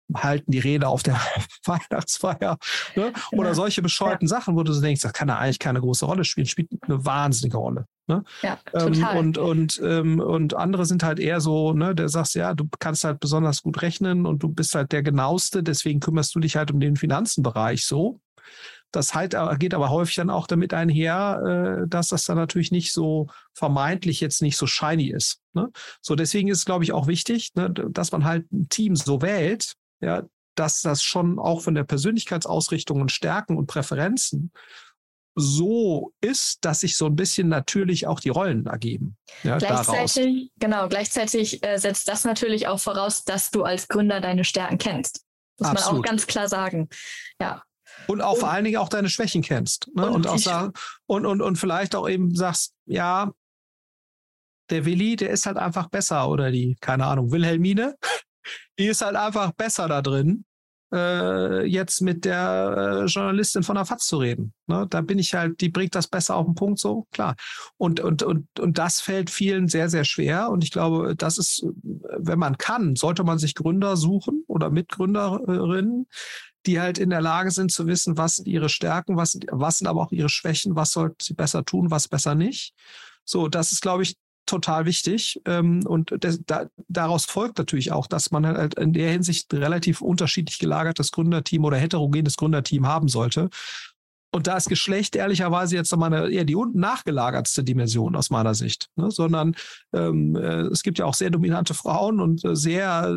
halten die Rede auf der Weihnachtsfeier, ne? Oder solche bescheuerten Sachen, wo du so denkst, das kann ja eigentlich keine große Rolle spielen, spielt eine wahnsinnige Rolle. Ne? Ja, total. Und andere sind halt eher so, ne, der sagst, ja, du kannst halt besonders gut rechnen und du bist halt der Genaueste, deswegen kümmerst du dich halt um den Finanzenbereich so. Das halt geht aber häufig dann auch damit einher, dass das dann natürlich nicht so vermeintlich jetzt nicht so shiny ist. Ne? So, deswegen ist es, glaube ich, auch wichtig, ne, dass man halt ein Team so wählt, ja, dass das schon auch von der Persönlichkeitsausrichtung und Stärken und Präferenzen so ist, dass sich so ein bisschen natürlich auch die Rollen ergeben. Ja, gleichzeitig setzt das natürlich auch voraus, dass du als Gründer deine Stärken kennst. Muss man auch ganz klar sagen. Ja. Und auch vor allen Dingen auch deine Schwächen kennst. Ne? Und auch sagen, und vielleicht auch eben sagst, ja, der Willi, der ist halt einfach besser, oder die, keine Ahnung, Wilhelmine, die ist halt einfach besser da drin, jetzt mit der Journalistin von der FAZ zu reden. Ne? Da bin ich halt, die bringt das besser auf den Punkt, so, klar. Und das fällt vielen sehr, sehr schwer. Und ich glaube, das ist, wenn man kann, sollte man sich Gründer suchen oder Mitgründerinnen, die halt in der Lage sind zu wissen, was sind ihre Stärken, was sind aber auch ihre Schwächen, was sollten sie besser tun, was besser nicht. So, das ist, glaube ich, total wichtig. Und daraus folgt natürlich auch, dass man halt in der Hinsicht relativ unterschiedlich gelagertes Gründerteam oder heterogenes Gründerteam haben sollte. Und da ist Geschlecht ehrlicherweise jetzt nochmal eher die unten nachgelagertste Dimension aus meiner Sicht. Ne? Sondern es gibt ja auch sehr dominante Frauen und sehr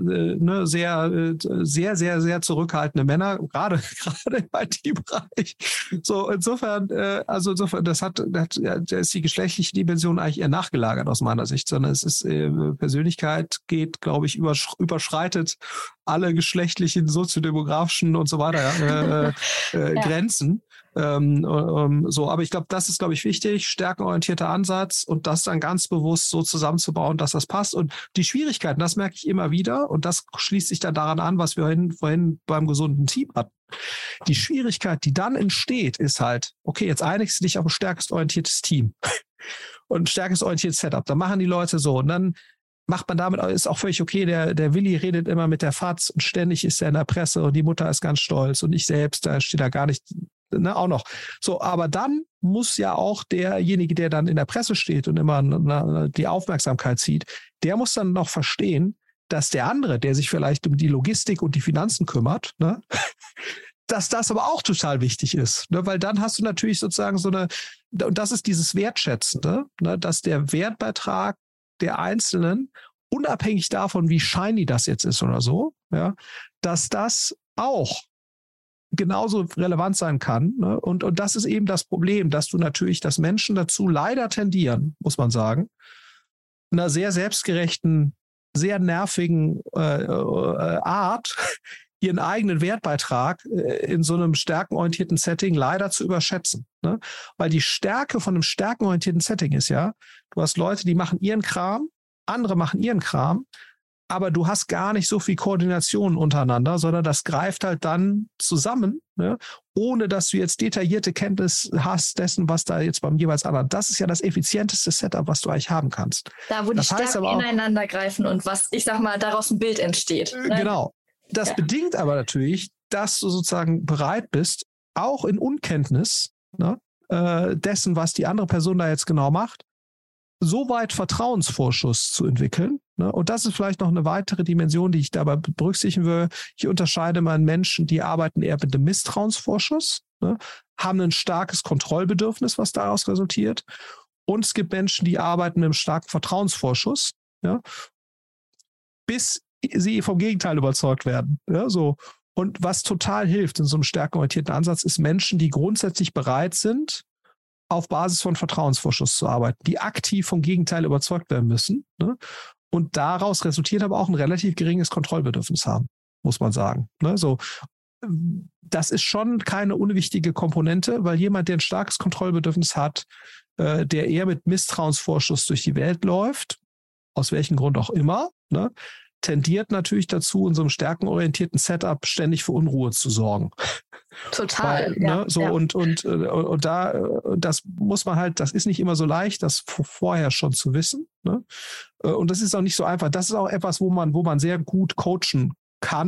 zurückhaltende Männer, gerade im IT-Bereich. So, insofern, da ist die geschlechtliche Dimension eigentlich eher nachgelagert aus meiner Sicht, sondern es ist Persönlichkeit geht, glaube ich, überschreitet alle geschlechtlichen, soziodemografischen und so weiter Grenzen. Aber ich glaube, das ist, glaube ich, wichtig, stärkenorientierter Ansatz und das dann ganz bewusst so zusammenzubauen, dass das passt. Und die Schwierigkeiten, das merke ich immer wieder und das schließt sich dann daran an, was wir vorhin beim gesunden Team hatten. Die Schwierigkeit, die dann entsteht, ist halt, okay, jetzt einigst du dich auf ein stärkesorientiertes Team und ein stärkesorientiertes Setup. Dann machen die Leute so und dann macht man damit, ist auch völlig okay, der Willi redet immer mit der FAZ und ständig ist er in der Presse und die Mutter ist ganz stolz und ich selbst, da steht da gar nicht, ne, auch noch. So, aber dann muss ja auch derjenige, der dann in der Presse steht und immer die Aufmerksamkeit zieht, der muss dann noch verstehen, dass der andere, der sich vielleicht um die Logistik und die Finanzen kümmert, ne, dass das aber auch total wichtig ist. Ne, weil dann hast du natürlich sozusagen und das ist dieses Wertschätzende, ne, dass der Wertbeitrag der Einzelnen, unabhängig davon, wie shiny das jetzt ist oder so, ja, dass das auch genauso relevant sein kann. Ne? Und das ist eben das Problem, dass Menschen dazu leider tendieren, muss man sagen, einer sehr selbstgerechten, sehr nervigen Art, ihren eigenen Wertbeitrag in so einem stärkenorientierten Setting leider zu überschätzen. Ne? Weil die Stärke von einem stärkenorientierten Setting ist ja, du hast Leute, die machen ihren Kram, andere machen ihren Kram, aber du hast gar nicht so viel Koordination untereinander, sondern das greift halt dann zusammen, ne? Ohne dass du jetzt detaillierte Kenntnis hast dessen, was da jetzt beim jeweils anderen. Das ist ja das effizienteste Setup, was du eigentlich haben kannst. Da, wo die Stärken ineinander greifen und was, ich sag mal, daraus ein Bild entsteht. Ne? Genau. Das bedingt aber natürlich, dass du sozusagen bereit bist, auch in Unkenntnis, ne, dessen, was die andere Person da jetzt genau macht, so weit Vertrauensvorschuss zu entwickeln. Ne? Und das ist vielleicht noch eine weitere Dimension, die ich dabei berücksichtigen will. Ich unterscheide mal Menschen, die arbeiten eher mit dem Misstrauensvorschuss, ne? Haben ein starkes Kontrollbedürfnis, was daraus resultiert. Und es gibt Menschen, die arbeiten mit einem starken Vertrauensvorschuss, ja? Bis sie vom Gegenteil überzeugt werden. Ja, so. Und was total hilft in so einem stärkenorientierten Ansatz, ist Menschen, die grundsätzlich bereit sind, auf Basis von Vertrauensvorschuss zu arbeiten, die aktiv vom Gegenteil überzeugt werden müssen. Ne? Und daraus resultiert aber auch ein relativ geringes Kontrollbedürfnis haben, muss man sagen. Ne? So, das ist schon keine unwichtige Komponente, weil jemand, der ein starkes Kontrollbedürfnis hat, der eher mit Misstrauensvorschuss durch die Welt läuft, aus welchem Grund auch immer, ne, tendiert natürlich dazu, in so einem stärkenorientierten Setup ständig für Unruhe zu sorgen. Total. Weil, ne, so. Und da, das muss man halt, das ist nicht immer so leicht, das vorher schon zu wissen. Ne? Und das ist auch nicht so einfach. Das ist auch etwas, wo man sehr gut coachen kann.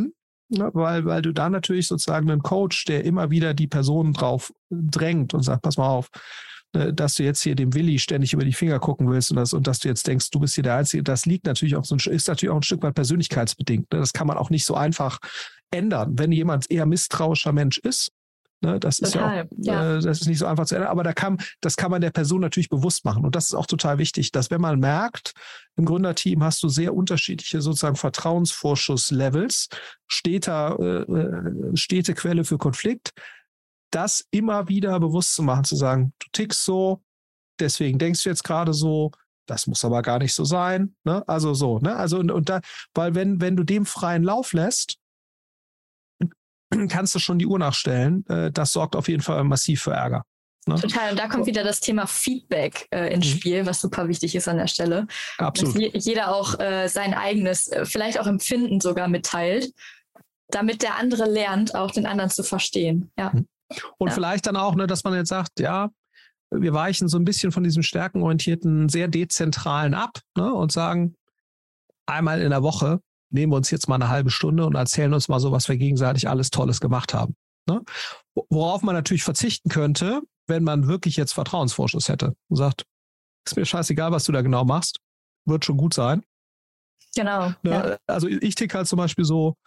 ne, weil du da natürlich sozusagen einen Coach, der immer wieder die Person drauf drängt und sagt, pass mal auf, dass du jetzt hier dem Willi ständig über die Finger gucken willst und dass du jetzt denkst, du bist hier der Einzige, das liegt natürlich auch ist natürlich auch ein Stück weit persönlichkeitsbedingt. Ne? Das kann man auch nicht so einfach ändern. Wenn jemand eher misstrauischer Mensch ist, ne, das ist ja auch, das ist nicht so einfach zu ändern, aber das kann man der Person natürlich bewusst machen. Und das ist auch total wichtig, dass wenn man merkt, im Gründerteam hast du sehr unterschiedliche sozusagen Vertrauensvorschusslevels, stete Quelle für Konflikt, das immer wieder bewusst zu machen, zu sagen, du tickst so, deswegen denkst du jetzt gerade so, das muss aber gar nicht so sein. Ne? Also so, ne? Also und da, weil wenn du dem freien Lauf lässt, kannst du schon die Uhr nachstellen. Das sorgt auf jeden Fall massiv für Ärger. Ne? Total. Und da kommt wieder das Thema Feedback ins Spiel, was super wichtig ist an der Stelle. Absolut. Dass jeder auch sein eigenes, vielleicht auch Empfinden sogar mitteilt, damit der andere lernt, auch den anderen zu verstehen. Ja. Und vielleicht dann auch, ne, dass man jetzt sagt, ja, wir weichen so ein bisschen von diesem stärkenorientierten, sehr dezentralen ab, ne, und sagen, einmal in der Woche nehmen wir uns jetzt mal eine halbe Stunde und erzählen uns mal so, was wir gegenseitig alles Tolles gemacht haben. Ne? Worauf man natürlich verzichten könnte, wenn man wirklich jetzt Vertrauensvorschuss hätte und sagt, ist mir scheißegal, was du da genau machst, wird schon gut sein. Genau. Ne? Ja. Also ich ticke halt zum Beispiel so,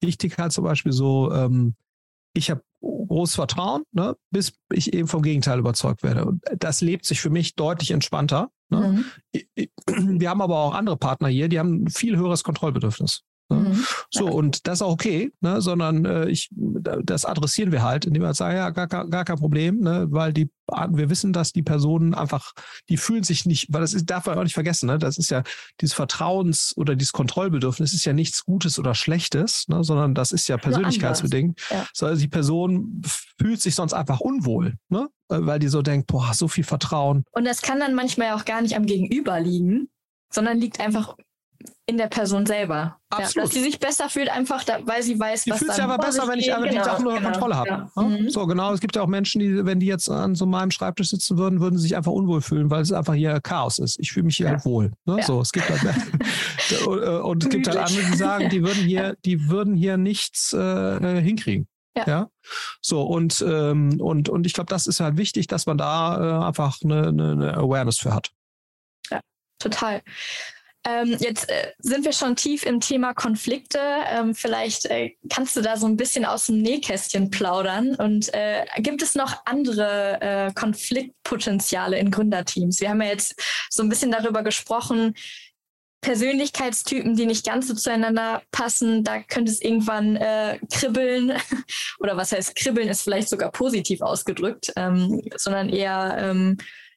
ich habe großes Vertrauen, ne, bis ich eben vom Gegenteil überzeugt werde. Und das lebt sich für mich deutlich entspannter. Ne? Wir haben aber auch andere Partner hier, die haben ein viel höheres Kontrollbedürfnis. Ne? So, und das ist auch okay, ne? Sondern das adressieren wir halt, indem wir sagen, ja, gar kein Problem, ne? Weil wir wissen, dass die Personen einfach, die fühlen sich nicht, weil darf man auch nicht vergessen, ne? Das ist ja dieses Vertrauens- oder dieses Kontrollbedürfnis ist ja nichts Gutes oder Schlechtes, ne? Sondern das ist ja persönlichkeitsbedingt. Ja. Sondern die Person fühlt sich sonst einfach unwohl, ne? Weil die so denkt, boah, so viel Vertrauen. Und das kann dann manchmal auch gar nicht am Gegenüber liegen, sondern liegt einfach in der Person selber. Ja, dass sie sich besser fühlt, einfach, weil sie weiß, was dann fühlt sich aber besser, wenn ich einfach die Sachen unter Kontrolle habe. Ja. So, genau. Es gibt ja auch Menschen, die, wenn die jetzt an so meinem Schreibtisch sitzen würden sie sich einfach unwohl fühlen, weil es einfach hier Chaos ist. Ich fühle mich hier halt wohl. Ne? Ja. So, es gibt halt und es gibt halt andere, die sagen, die würden hier nichts hinkriegen. Ja. So, und ich glaube, das ist halt wichtig, dass man da einfach eine Awareness für hat. Ja, total. Jetzt sind wir schon tief im Thema Konflikte. Vielleicht kannst du da so ein bisschen aus dem Nähkästchen plaudern. Und gibt es noch andere Konfliktpotenziale in Gründerteams? Wir haben ja jetzt so ein bisschen darüber gesprochen, Persönlichkeitstypen, die nicht ganz so zueinander passen, da könnte es irgendwann kribbeln. Oder was heißt kribbeln, ist vielleicht sogar positiv ausgedrückt, sondern eher,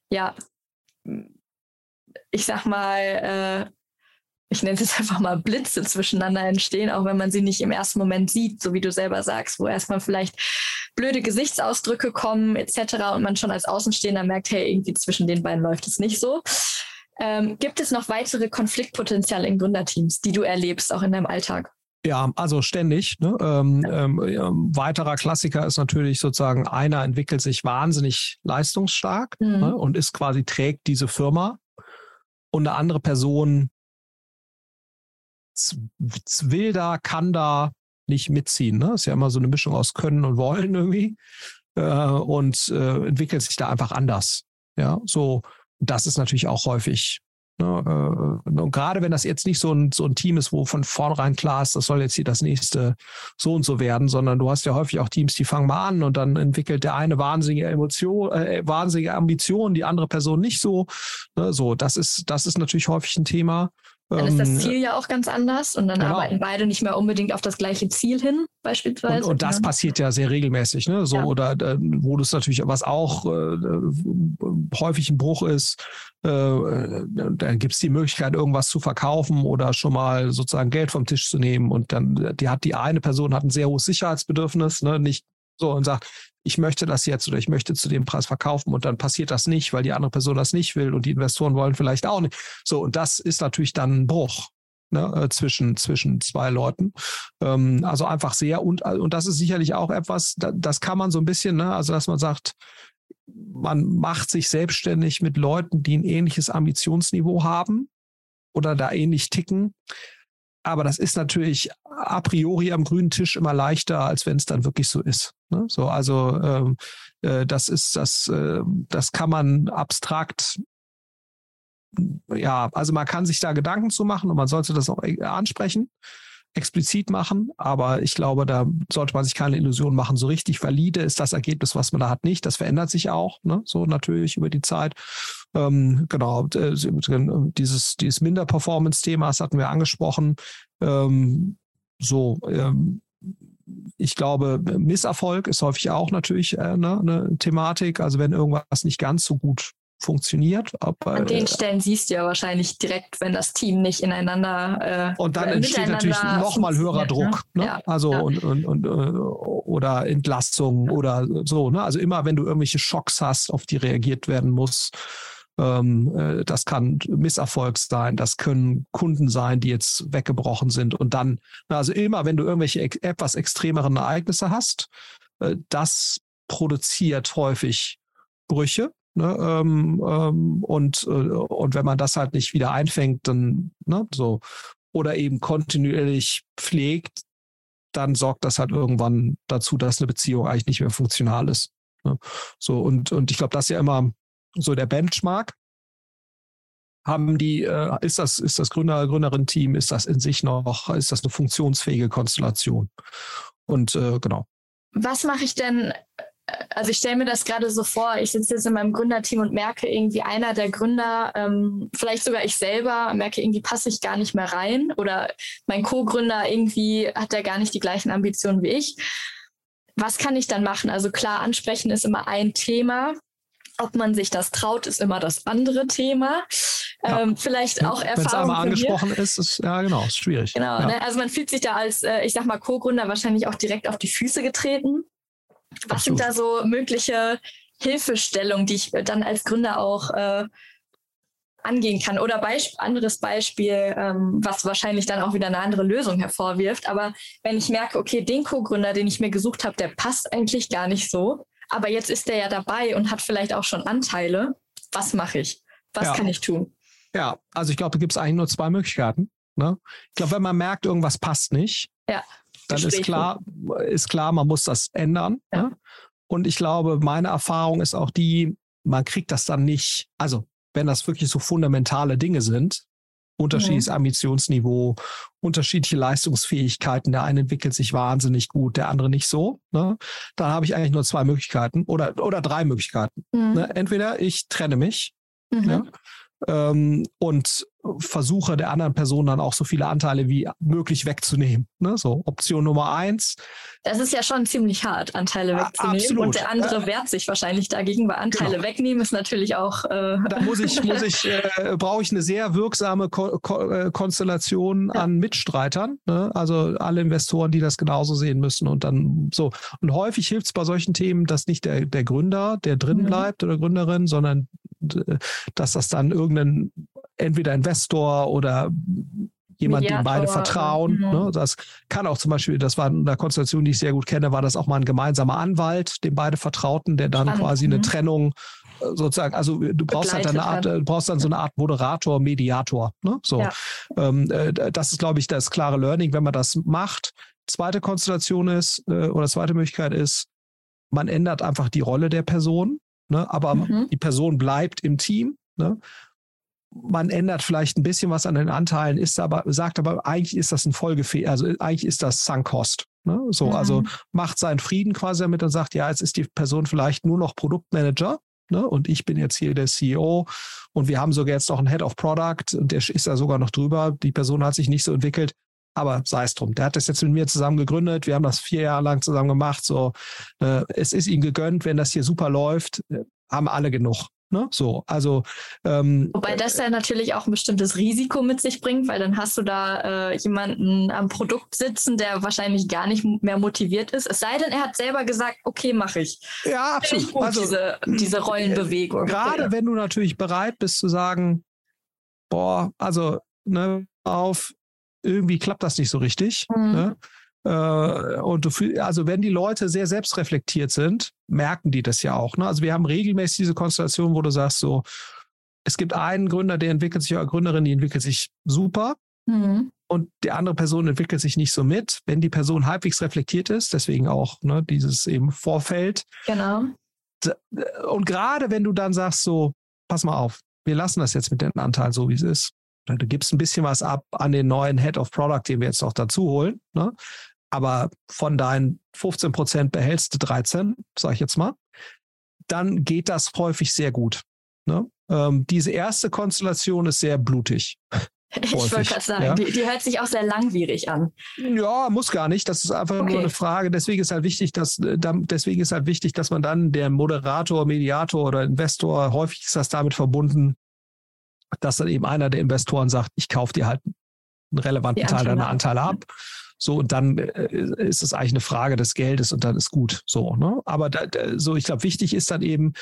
ich sag mal, ich nenne es jetzt einfach mal Blitze zwischeneinander entstehen, auch wenn man sie nicht im ersten Moment sieht, so wie du selber sagst, wo erstmal vielleicht blöde Gesichtsausdrücke kommen etc. und man schon als Außenstehender merkt, hey, irgendwie zwischen den beiden läuft es nicht so. Gibt es noch weitere Konfliktpotenziale in Gründerteams, die du erlebst, auch in deinem Alltag? Ja, also ständig. Ne? Weiterer Klassiker ist natürlich sozusagen, einer entwickelt sich wahnsinnig leistungsstark ne? Und trägt diese Firma und eine andere Person will da, kann da nicht mitziehen. Ne? Ist ja immer so eine Mischung aus Können und Wollen irgendwie und entwickelt sich da einfach anders. Ja, so, das ist natürlich auch häufig. Ne? Und gerade wenn das jetzt nicht so ein Team ist, wo von vornherein klar ist, das soll jetzt hier das nächste so und so werden, sondern du hast ja häufig auch Teams, die fangen mal an und dann entwickelt der eine wahnsinnige Ambition, die andere Person nicht so. Ne? So, das ist natürlich häufig ein Thema. Dann ist das Ziel ja auch ganz anders und dann arbeiten beide nicht mehr unbedingt auf das gleiche Ziel hin, beispielsweise. Und das passiert ja sehr regelmäßig, ne? So, oder wo du es natürlich, was auch häufig ein Bruch ist, dann gibt es die Möglichkeit, irgendwas zu verkaufen oder schon mal sozusagen Geld vom Tisch zu nehmen. Und dann die eine Person hat ein sehr hohes Sicherheitsbedürfnis, ne? Nicht so und sagt, ich möchte das jetzt oder ich möchte zu dem Preis verkaufen und dann passiert das nicht, weil die andere Person das nicht will und die Investoren wollen vielleicht auch nicht. So, und das ist natürlich dann ein Bruch, ne, zwischen zwei Leuten. Also einfach sehr, und das ist sicherlich auch etwas, das kann man so ein bisschen, ne, also dass man sagt, man macht sich selbstständig mit Leuten, die ein ähnliches Ambitionsniveau haben oder da ähnlich ticken. Aber das ist natürlich a priori am grünen Tisch immer leichter, als wenn es dann wirklich so ist. Ne? So, also das kann man abstrakt, ja, also man kann sich da Gedanken zu machen und man sollte das auch ansprechen, explizit machen, aber ich glaube, da sollte man sich keine Illusionen machen. So richtig valide ist das Ergebnis, was man da hat, nicht. Das verändert sich auch, ne? So natürlich über die Zeit. Genau, dieses Minder-Performance-Thema, das hatten wir angesprochen. Ich glaube, Misserfolg ist häufig auch natürlich eine Thematik. Also wenn irgendwas nicht ganz so gut funktioniert. An den Stellen siehst du ja wahrscheinlich direkt, wenn das Team nicht ineinander und dann entsteht natürlich nochmal höherer Druck. Ne? Ja, also ja. Oder Entlastung oder so. Ne? Also immer, wenn du irgendwelche Schocks hast, auf die reagiert werden muss, das kann Misserfolg sein, das können Kunden sein, die jetzt weggebrochen sind. Und dann, also immer, wenn du irgendwelche etwas extremeren Ereignisse hast, das produziert häufig Brüche. Ne, und wenn man das halt nicht wieder einfängt, dann so oder eben kontinuierlich pflegt, dann sorgt das halt irgendwann dazu, dass eine Beziehung eigentlich nicht mehr funktional ist. Ne? So und ich glaube, das ist ja immer so der Benchmark. Ist das Gründerinnen-Team, ist das in sich noch, ist das eine funktionsfähige Konstellation? Und genau. Was mache ich denn? Also ich stelle mir das gerade so vor, ich sitze jetzt in meinem Gründerteam und merke irgendwie einer der Gründer, vielleicht sogar ich selber, merke irgendwie passe ich gar nicht mehr rein oder mein Co-Gründer irgendwie hat er gar nicht die gleichen Ambitionen wie ich. Was kann ich dann machen? Also klar, ansprechen ist immer ein Thema. Ob man sich das traut, ist immer das andere Thema. Ja. Vielleicht auch Erfahrung. Wenn es einmal angesprochen ist schwierig. Genau, ja. Ne? Also man fühlt sich da als, ich sag mal, Co-Gründer wahrscheinlich auch direkt auf die Füße getreten. Was sind da so mögliche Hilfestellungen, die ich dann als Gründer auch angehen kann? Oder anderes Beispiel, was wahrscheinlich dann auch wieder eine andere Lösung hervorwirft. Aber wenn ich merke, okay, den Co-Gründer, den ich mir gesucht habe, der passt eigentlich gar nicht so. Aber jetzt ist der ja dabei und hat vielleicht auch schon Anteile. Was mache ich? Was kann ich tun? Ja, also ich glaube, da gibt es eigentlich nur zwei Möglichkeiten. Ne? Ich glaube, wenn man merkt, irgendwas passt nicht, dann ist klar, man muss das ändern. Ja. Ne? Und ich glaube, meine Erfahrung ist auch die, man kriegt das dann nicht, also wenn das wirklich so fundamentale Dinge sind, unterschiedliches Ambitionsniveau, unterschiedliche Leistungsfähigkeiten, der eine entwickelt sich wahnsinnig gut, der andere nicht so, ne? Dann habe ich eigentlich nur zwei Möglichkeiten oder drei Möglichkeiten. Ne? Entweder ich trenne mich, ja, und versuche der anderen Person dann auch so viele Anteile wie möglich wegzunehmen. Ne? So Option Nummer 1. Das ist ja schon ziemlich hart, Anteile wegzunehmen. Absolut. Und der andere wehrt sich wahrscheinlich dagegen, weil Anteile wegnehmen ist natürlich auch... Da brauche ich eine sehr wirksame Konstellation an Mitstreitern. Ne? Also alle Investoren, die das genauso sehen müssen. Und dann so. Und häufig hilft es bei solchen Themen, dass nicht der Gründer, der drin bleibt oder Gründerin, sondern dass das dann entweder Investor oder jemand, dem beide vertrauen. Ne? Das kann auch zum Beispiel, das war in einer Konstellation, die ich sehr gut kenne, war das auch mal ein gemeinsamer Anwalt, dem beide vertrauten, der dann quasi eine Trennung sozusagen, also du brauchst halt dann so eine Art Moderator, Mediator. Ne? So. Ja. Das ist, glaube ich, das klare Learning, wenn man das macht. Zweite Konstellation ist, oder zweite Möglichkeit ist, man ändert einfach die Rolle der Person, ne? Aber die Person bleibt im Team. Ne? Man ändert vielleicht ein bisschen was an den Anteilen, sagt aber, eigentlich ist das ein Folgefehler, also eigentlich ist das Sunk Cost. Ne? So, also macht seinen Frieden quasi damit und sagt, ja, jetzt ist die Person vielleicht nur noch Produktmanager, ne? Und ich bin jetzt hier der CEO und wir haben sogar jetzt noch einen Head of Product und der ist da sogar noch drüber. Die Person hat sich nicht so entwickelt, aber sei es drum. Der hat das jetzt mit mir zusammen gegründet, wir haben das 4 Jahre lang zusammen gemacht. So, es ist ihm gegönnt, wenn das hier super läuft, haben alle genug. Ne? So, also wobei das ja natürlich auch ein bestimmtes Risiko mit sich bringt, weil dann hast du da jemanden am Produkt sitzen, der wahrscheinlich gar nicht mehr motiviert ist. Es sei denn, er hat selber gesagt, okay, mache ich. Ja, absolut. Gut, also diese Rollenbewegung. Gerade wenn du natürlich bereit bist zu sagen, irgendwie klappt das nicht so richtig. Ne? Und also wenn die Leute sehr selbstreflektiert sind, merken die das ja auch. Ne? Also wir haben regelmäßig diese Konstellation, wo du sagst so, es gibt einen Gründer, der entwickelt sich, oder Gründerin, die entwickelt sich super. und die andere Person entwickelt sich nicht so mit. Wenn die Person halbwegs reflektiert ist, deswegen auch dieses eben Vorfeld. Genau. Und gerade wenn du dann sagst so, pass mal auf, wir lassen das jetzt mit dem Anteil so, wie es ist. Du gibst ein bisschen was ab an den neuen Head of Product, den wir jetzt noch dazu holen. Ne? Aber von deinen 15% behältst du 13, sage ich jetzt mal. Dann geht das häufig sehr gut. Ne? Diese erste Konstellation ist sehr blutig. Ich wollte gerade sagen, ja? die hört sich auch sehr langwierig an. Ja, muss gar nicht. Das ist einfach nur eine Frage. Deswegen ist halt wichtig, dass man dann der Moderator, Mediator oder Investor, häufig ist das damit verbunden, dass dann eben einer der Investoren sagt, ich kaufe dir halt einen relevanten Teil deiner Anteile ab. So, und dann ist es eigentlich eine Frage des Geldes und dann ist gut. So, ne? Aber ich glaube, wichtig ist dann eben,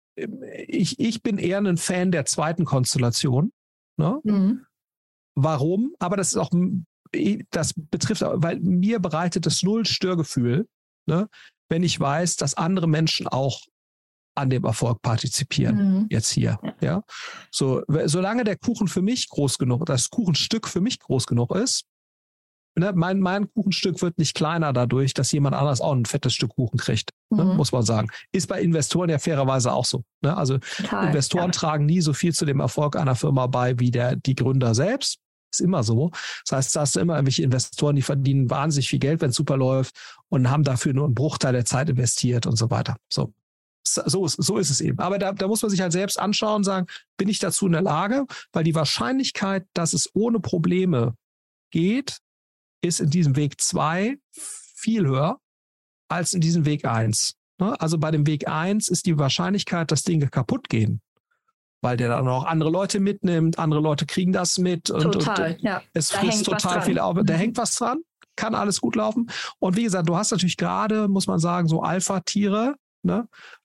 ich bin eher ein Fan der zweiten Konstellation. Ne? Warum? Aber das betrifft, weil mir bereitet es null Störgefühl, ne? Wenn ich weiß, dass andere Menschen auch an dem Erfolg partizipieren, jetzt hier. Ja? So, solange der Kuchen für mich groß genug, das Kuchenstück für mich groß genug ist, ne, mein Kuchenstück wird nicht kleiner dadurch, dass jemand anderes auch ein fettes Stück Kuchen kriegt, ne, muss man sagen. Ist bei Investoren ja fairerweise auch so. Ne? Also Investoren tragen nie so viel zu dem Erfolg einer Firma bei wie die Gründer selbst. Ist immer so. Das heißt, da hast du immer irgendwelche Investoren, die verdienen wahnsinnig viel Geld, wenn es super läuft und haben dafür nur einen Bruchteil der Zeit investiert und so weiter. So ist es eben. Aber da muss man sich halt selbst anschauen und sagen, bin ich dazu in der Lage? Weil die Wahrscheinlichkeit, dass es ohne Probleme geht, ist in diesem Weg 2 viel höher als in diesem Weg 1. Also bei dem Weg 1 ist die Wahrscheinlichkeit, dass Dinge kaputt gehen, weil der dann auch andere Leute mitnimmt, andere Leute kriegen das mit und es frisst total viel auf. Da hängt was dran, kann alles gut laufen. Und wie gesagt, du hast natürlich gerade, muss man sagen, so Alpha-Tiere, ne?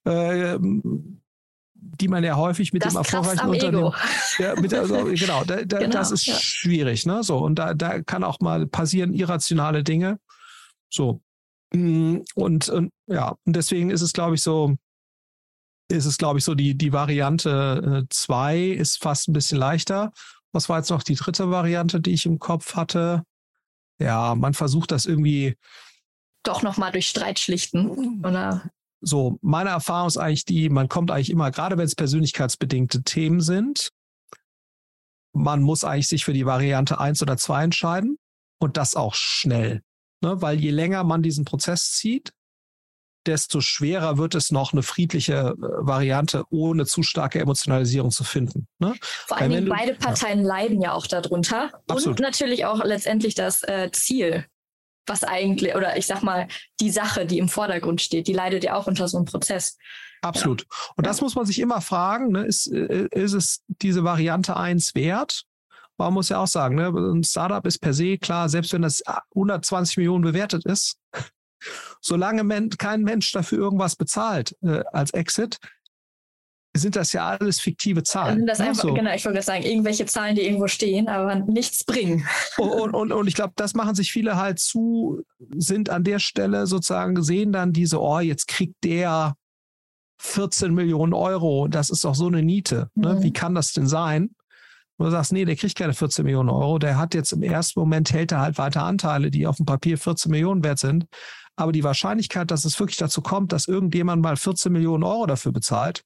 Die man ja häufig mit dem erfolgreichen Unternehmen. Genau, das ist schwierig, ne? So, und da kann auch mal passieren irrationale Dinge. So. Und deswegen ist es, glaube ich, so, die Variante 2 ist fast ein bisschen leichter. Was war jetzt noch die dritte Variante, die ich im Kopf hatte? Ja, man versucht das irgendwie doch nochmal durch Streit schlichten, oder? So, meine Erfahrung ist eigentlich man kommt eigentlich immer, gerade wenn es persönlichkeitsbedingte Themen sind, man muss eigentlich sich für die Variante 1 oder 2 entscheiden und das auch schnell. Ne? Weil je länger man diesen Prozess zieht, desto schwerer wird es noch, eine friedliche Variante ohne zu starke Emotionalisierung zu finden. Ne? Vor allen Dingen beide Parteien leiden ja auch darunter. Absolut. Und natürlich auch letztendlich das Ziel, was eigentlich, oder ich sag mal, die Sache, die im Vordergrund steht, die leidet ja auch unter so einem Prozess. Absolut. Ja. Und das muss man sich immer fragen, ne? Ist es diese Variante 1 wert? Man muss ja auch sagen, ne? Ein Startup ist per se klar, selbst wenn das 120 Millionen bewertet ist, solange kein Mensch dafür irgendwas bezahlt als Exit, sind das ja alles fiktive Zahlen. Das einfach, so. Genau, ich wollte sagen, irgendwelche Zahlen, die irgendwo stehen, aber nichts bringen. Und ich glaube, das machen sich viele halt sind an der Stelle sozusagen, sehen dann jetzt kriegt der 14 Millionen Euro, das ist doch so eine Niete. Ne? Wie kann das denn sein? Und du sagst, nee, der kriegt keine 14 Millionen Euro, der hat jetzt im ersten Moment, hält er halt weiter Anteile, die auf dem Papier 14 Millionen wert sind. Aber die Wahrscheinlichkeit, dass es wirklich dazu kommt, dass irgendjemand mal 14 Millionen Euro dafür bezahlt,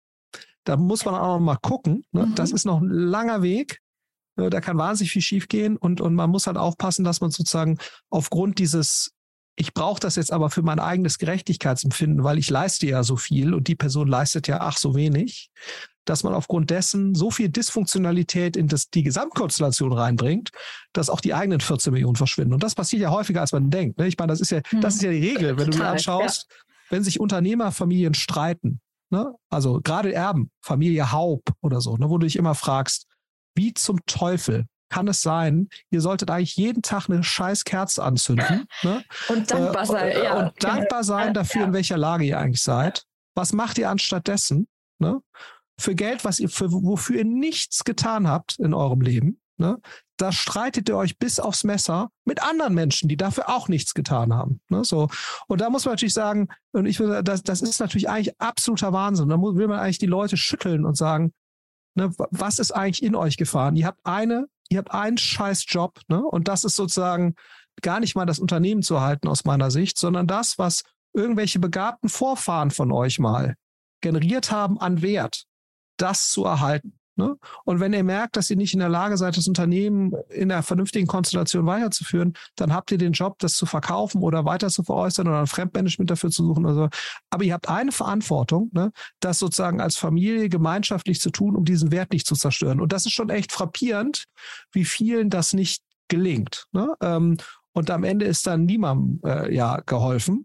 da muss man auch noch mal gucken. Ne? Das ist noch ein langer Weg. Da kann wahnsinnig viel schief gehen und man muss halt aufpassen, dass man sozusagen aufgrund dieses, ich brauche das jetzt aber für mein eigenes Gerechtigkeitsempfinden, weil ich leiste ja so viel und die Person leistet ja so wenig, dass man aufgrund dessen so viel Dysfunktionalität in die Gesamtkonstellation reinbringt, dass auch die eigenen 14 Millionen verschwinden. Und das passiert ja häufiger, als man denkt. Ne? Ich meine, das ist ja die Regel, wenn du dir anschaust, wenn sich Unternehmerfamilien streiten, ne? Also gerade Erben, Familie Haupt oder so, ne? Wo du dich immer fragst, wie zum Teufel kann es sein, ihr solltet eigentlich jeden Tag eine scheiß Kerze anzünden, ne? Und dankbar sein. Und dankbar sein dafür, in welcher Lage ihr eigentlich seid. Was macht ihr anstattdessen? Ne? Für Geld, wofür ihr nichts getan habt in eurem Leben, ne? Da streitet ihr euch bis aufs Messer mit anderen Menschen, die dafür auch nichts getan haben. Ne? So. Und da muss man natürlich sagen, und ich würde, das ist natürlich eigentlich absoluter Wahnsinn. Da will man eigentlich die Leute schütteln und sagen, ne, was ist eigentlich in euch gefahren? Ihr habt eine ihr habt einen scheiß Job, ne? Und das ist sozusagen gar nicht mal das Unternehmen zu erhalten aus meiner Sicht, sondern das, was irgendwelche begabten Vorfahren von euch mal generiert haben an Wert, das zu erhalten. Ne? Und wenn ihr merkt, dass ihr nicht in der Lage seid, das Unternehmen in einer vernünftigen Konstellation weiterzuführen, dann habt ihr den Job, das zu verkaufen oder weiter zu veräußern oder ein Fremdmanagement dafür zu suchen oder so. Aber ihr habt eine Verantwortung, ne, das sozusagen als Familie gemeinschaftlich zu tun, um diesen Wert nicht zu zerstören. Und das ist schon echt frappierend, wie vielen das nicht gelingt. Ne? Und am Ende ist dann niemandem geholfen.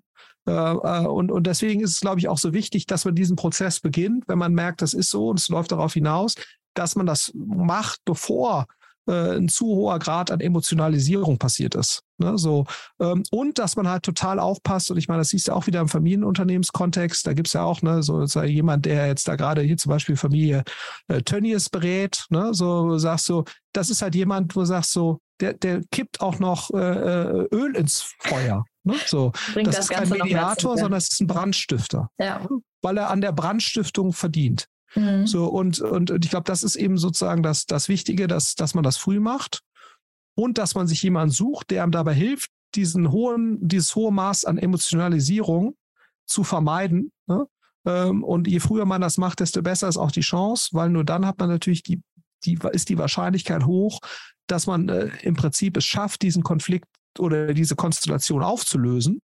Und deswegen ist es, glaube ich, auch so wichtig, dass man diesen Prozess beginnt, wenn man merkt, das ist so und es läuft darauf hinaus, dass man das macht, bevor ein zu hoher Grad an Emotionalisierung passiert ist. Ne, so. Und dass man halt total aufpasst, und ich meine, das siehst du auch wieder im Familienunternehmenskontext, da gibt es ja auch so jemand, der jetzt da gerade hier zum Beispiel Familie Tönnies berät, ne, so sagst du, das ist halt jemand, wo du sagst so, der kippt auch noch Öl ins Feuer. Ne? So, das ist kein Mediator, sondern es ist ein Brandstifter, weil er an der Brandstiftung verdient. Mhm. So, und ich glaube, das ist eben sozusagen das Wichtige, dass man das früh macht und dass man sich jemanden sucht, der einem dabei hilft, dieses hohe Maß an Emotionalisierung zu vermeiden. Ne? Und je früher man das macht, desto besser ist auch die Chance, weil nur dann hat man natürlich ist die Wahrscheinlichkeit hoch, dass man im Prinzip es schafft, diesen Konflikt oder diese Konstellation aufzulösen,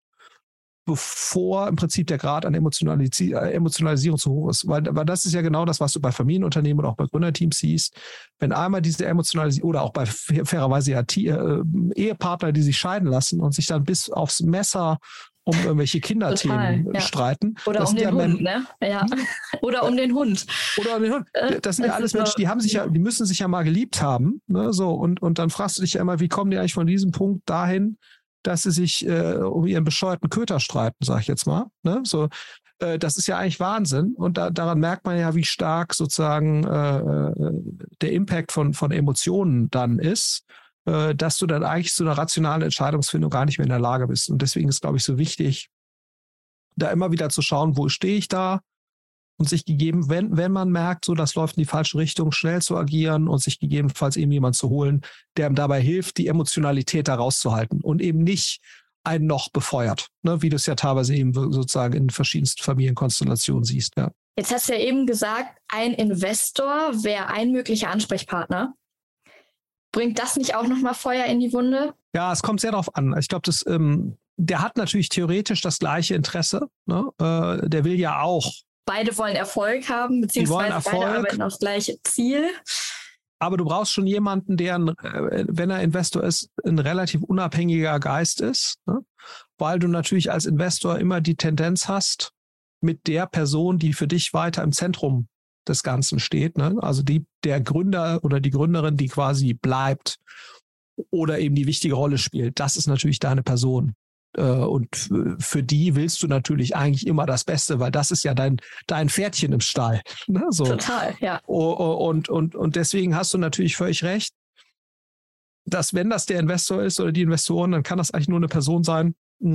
bevor im Prinzip der Grad an Emotionalisierung zu hoch ist. Weil das ist ja genau das, was du bei Familienunternehmen oder auch bei Gründerteams siehst. Wenn einmal diese Emotionalisierung oder auch bei fairerweise Ehepartner, die sich scheiden lassen und sich dann bis aufs Messer um irgendwelche Kinderthemen streiten. Oder um den Hund, ne? Ja. Oder um den Hund. Oder um den Hund. Das sind ja alles Menschen, die müssen sich ja mal geliebt haben. Ne? So, und dann fragst du dich ja immer, wie kommen die eigentlich von diesem Punkt dahin, dass sie sich um ihren bescheuerten Köter streiten, sag ich jetzt mal. Ne? So, das ist ja eigentlich Wahnsinn. Und daran merkt man ja, wie stark sozusagen der Impact von Emotionen dann ist, dass du dann eigentlich zu einer rationalen Entscheidungsfindung gar nicht mehr in der Lage bist. Und deswegen ist, glaube ich, so wichtig, da immer wieder zu schauen, wo stehe ich da und sich wenn man merkt, so das läuft in die falsche Richtung, schnell zu agieren und sich gegebenenfalls eben jemand zu holen, der ihm dabei hilft, die Emotionalität da rauszuhalten und eben nicht einen noch befeuert, ne, wie du es ja teilweise eben sozusagen in verschiedensten Familienkonstellationen siehst. Ja. Jetzt hast du ja eben gesagt, ein Investor wäre ein möglicher Ansprechpartner. Bringt das nicht auch nochmal Feuer in die Wunde? Ja, es kommt sehr darauf an. Ich glaube, der hat natürlich theoretisch das gleiche Interesse. Ne? Der will ja auch. Beide wollen Erfolg haben, beziehungsweise beide arbeiten aufs gleiche Ziel. Aber du brauchst schon jemanden, der, wenn er Investor ist, ein relativ unabhängiger Geist ist. Ne? Weil du natürlich als Investor immer die Tendenz hast, mit der Person, die für dich weiter im Zentrum des Ganzen steht, ne? Also der Gründer oder die Gründerin, die quasi bleibt oder eben die wichtige Rolle spielt, das ist natürlich deine Person. Und für die willst du natürlich eigentlich immer das Beste, weil das ist ja dein Pferdchen im Stall. Ne? So. Total, ja. Und deswegen hast du natürlich völlig recht, dass wenn das der Investor ist oder die Investoren, dann kann das eigentlich nur eine Person sein,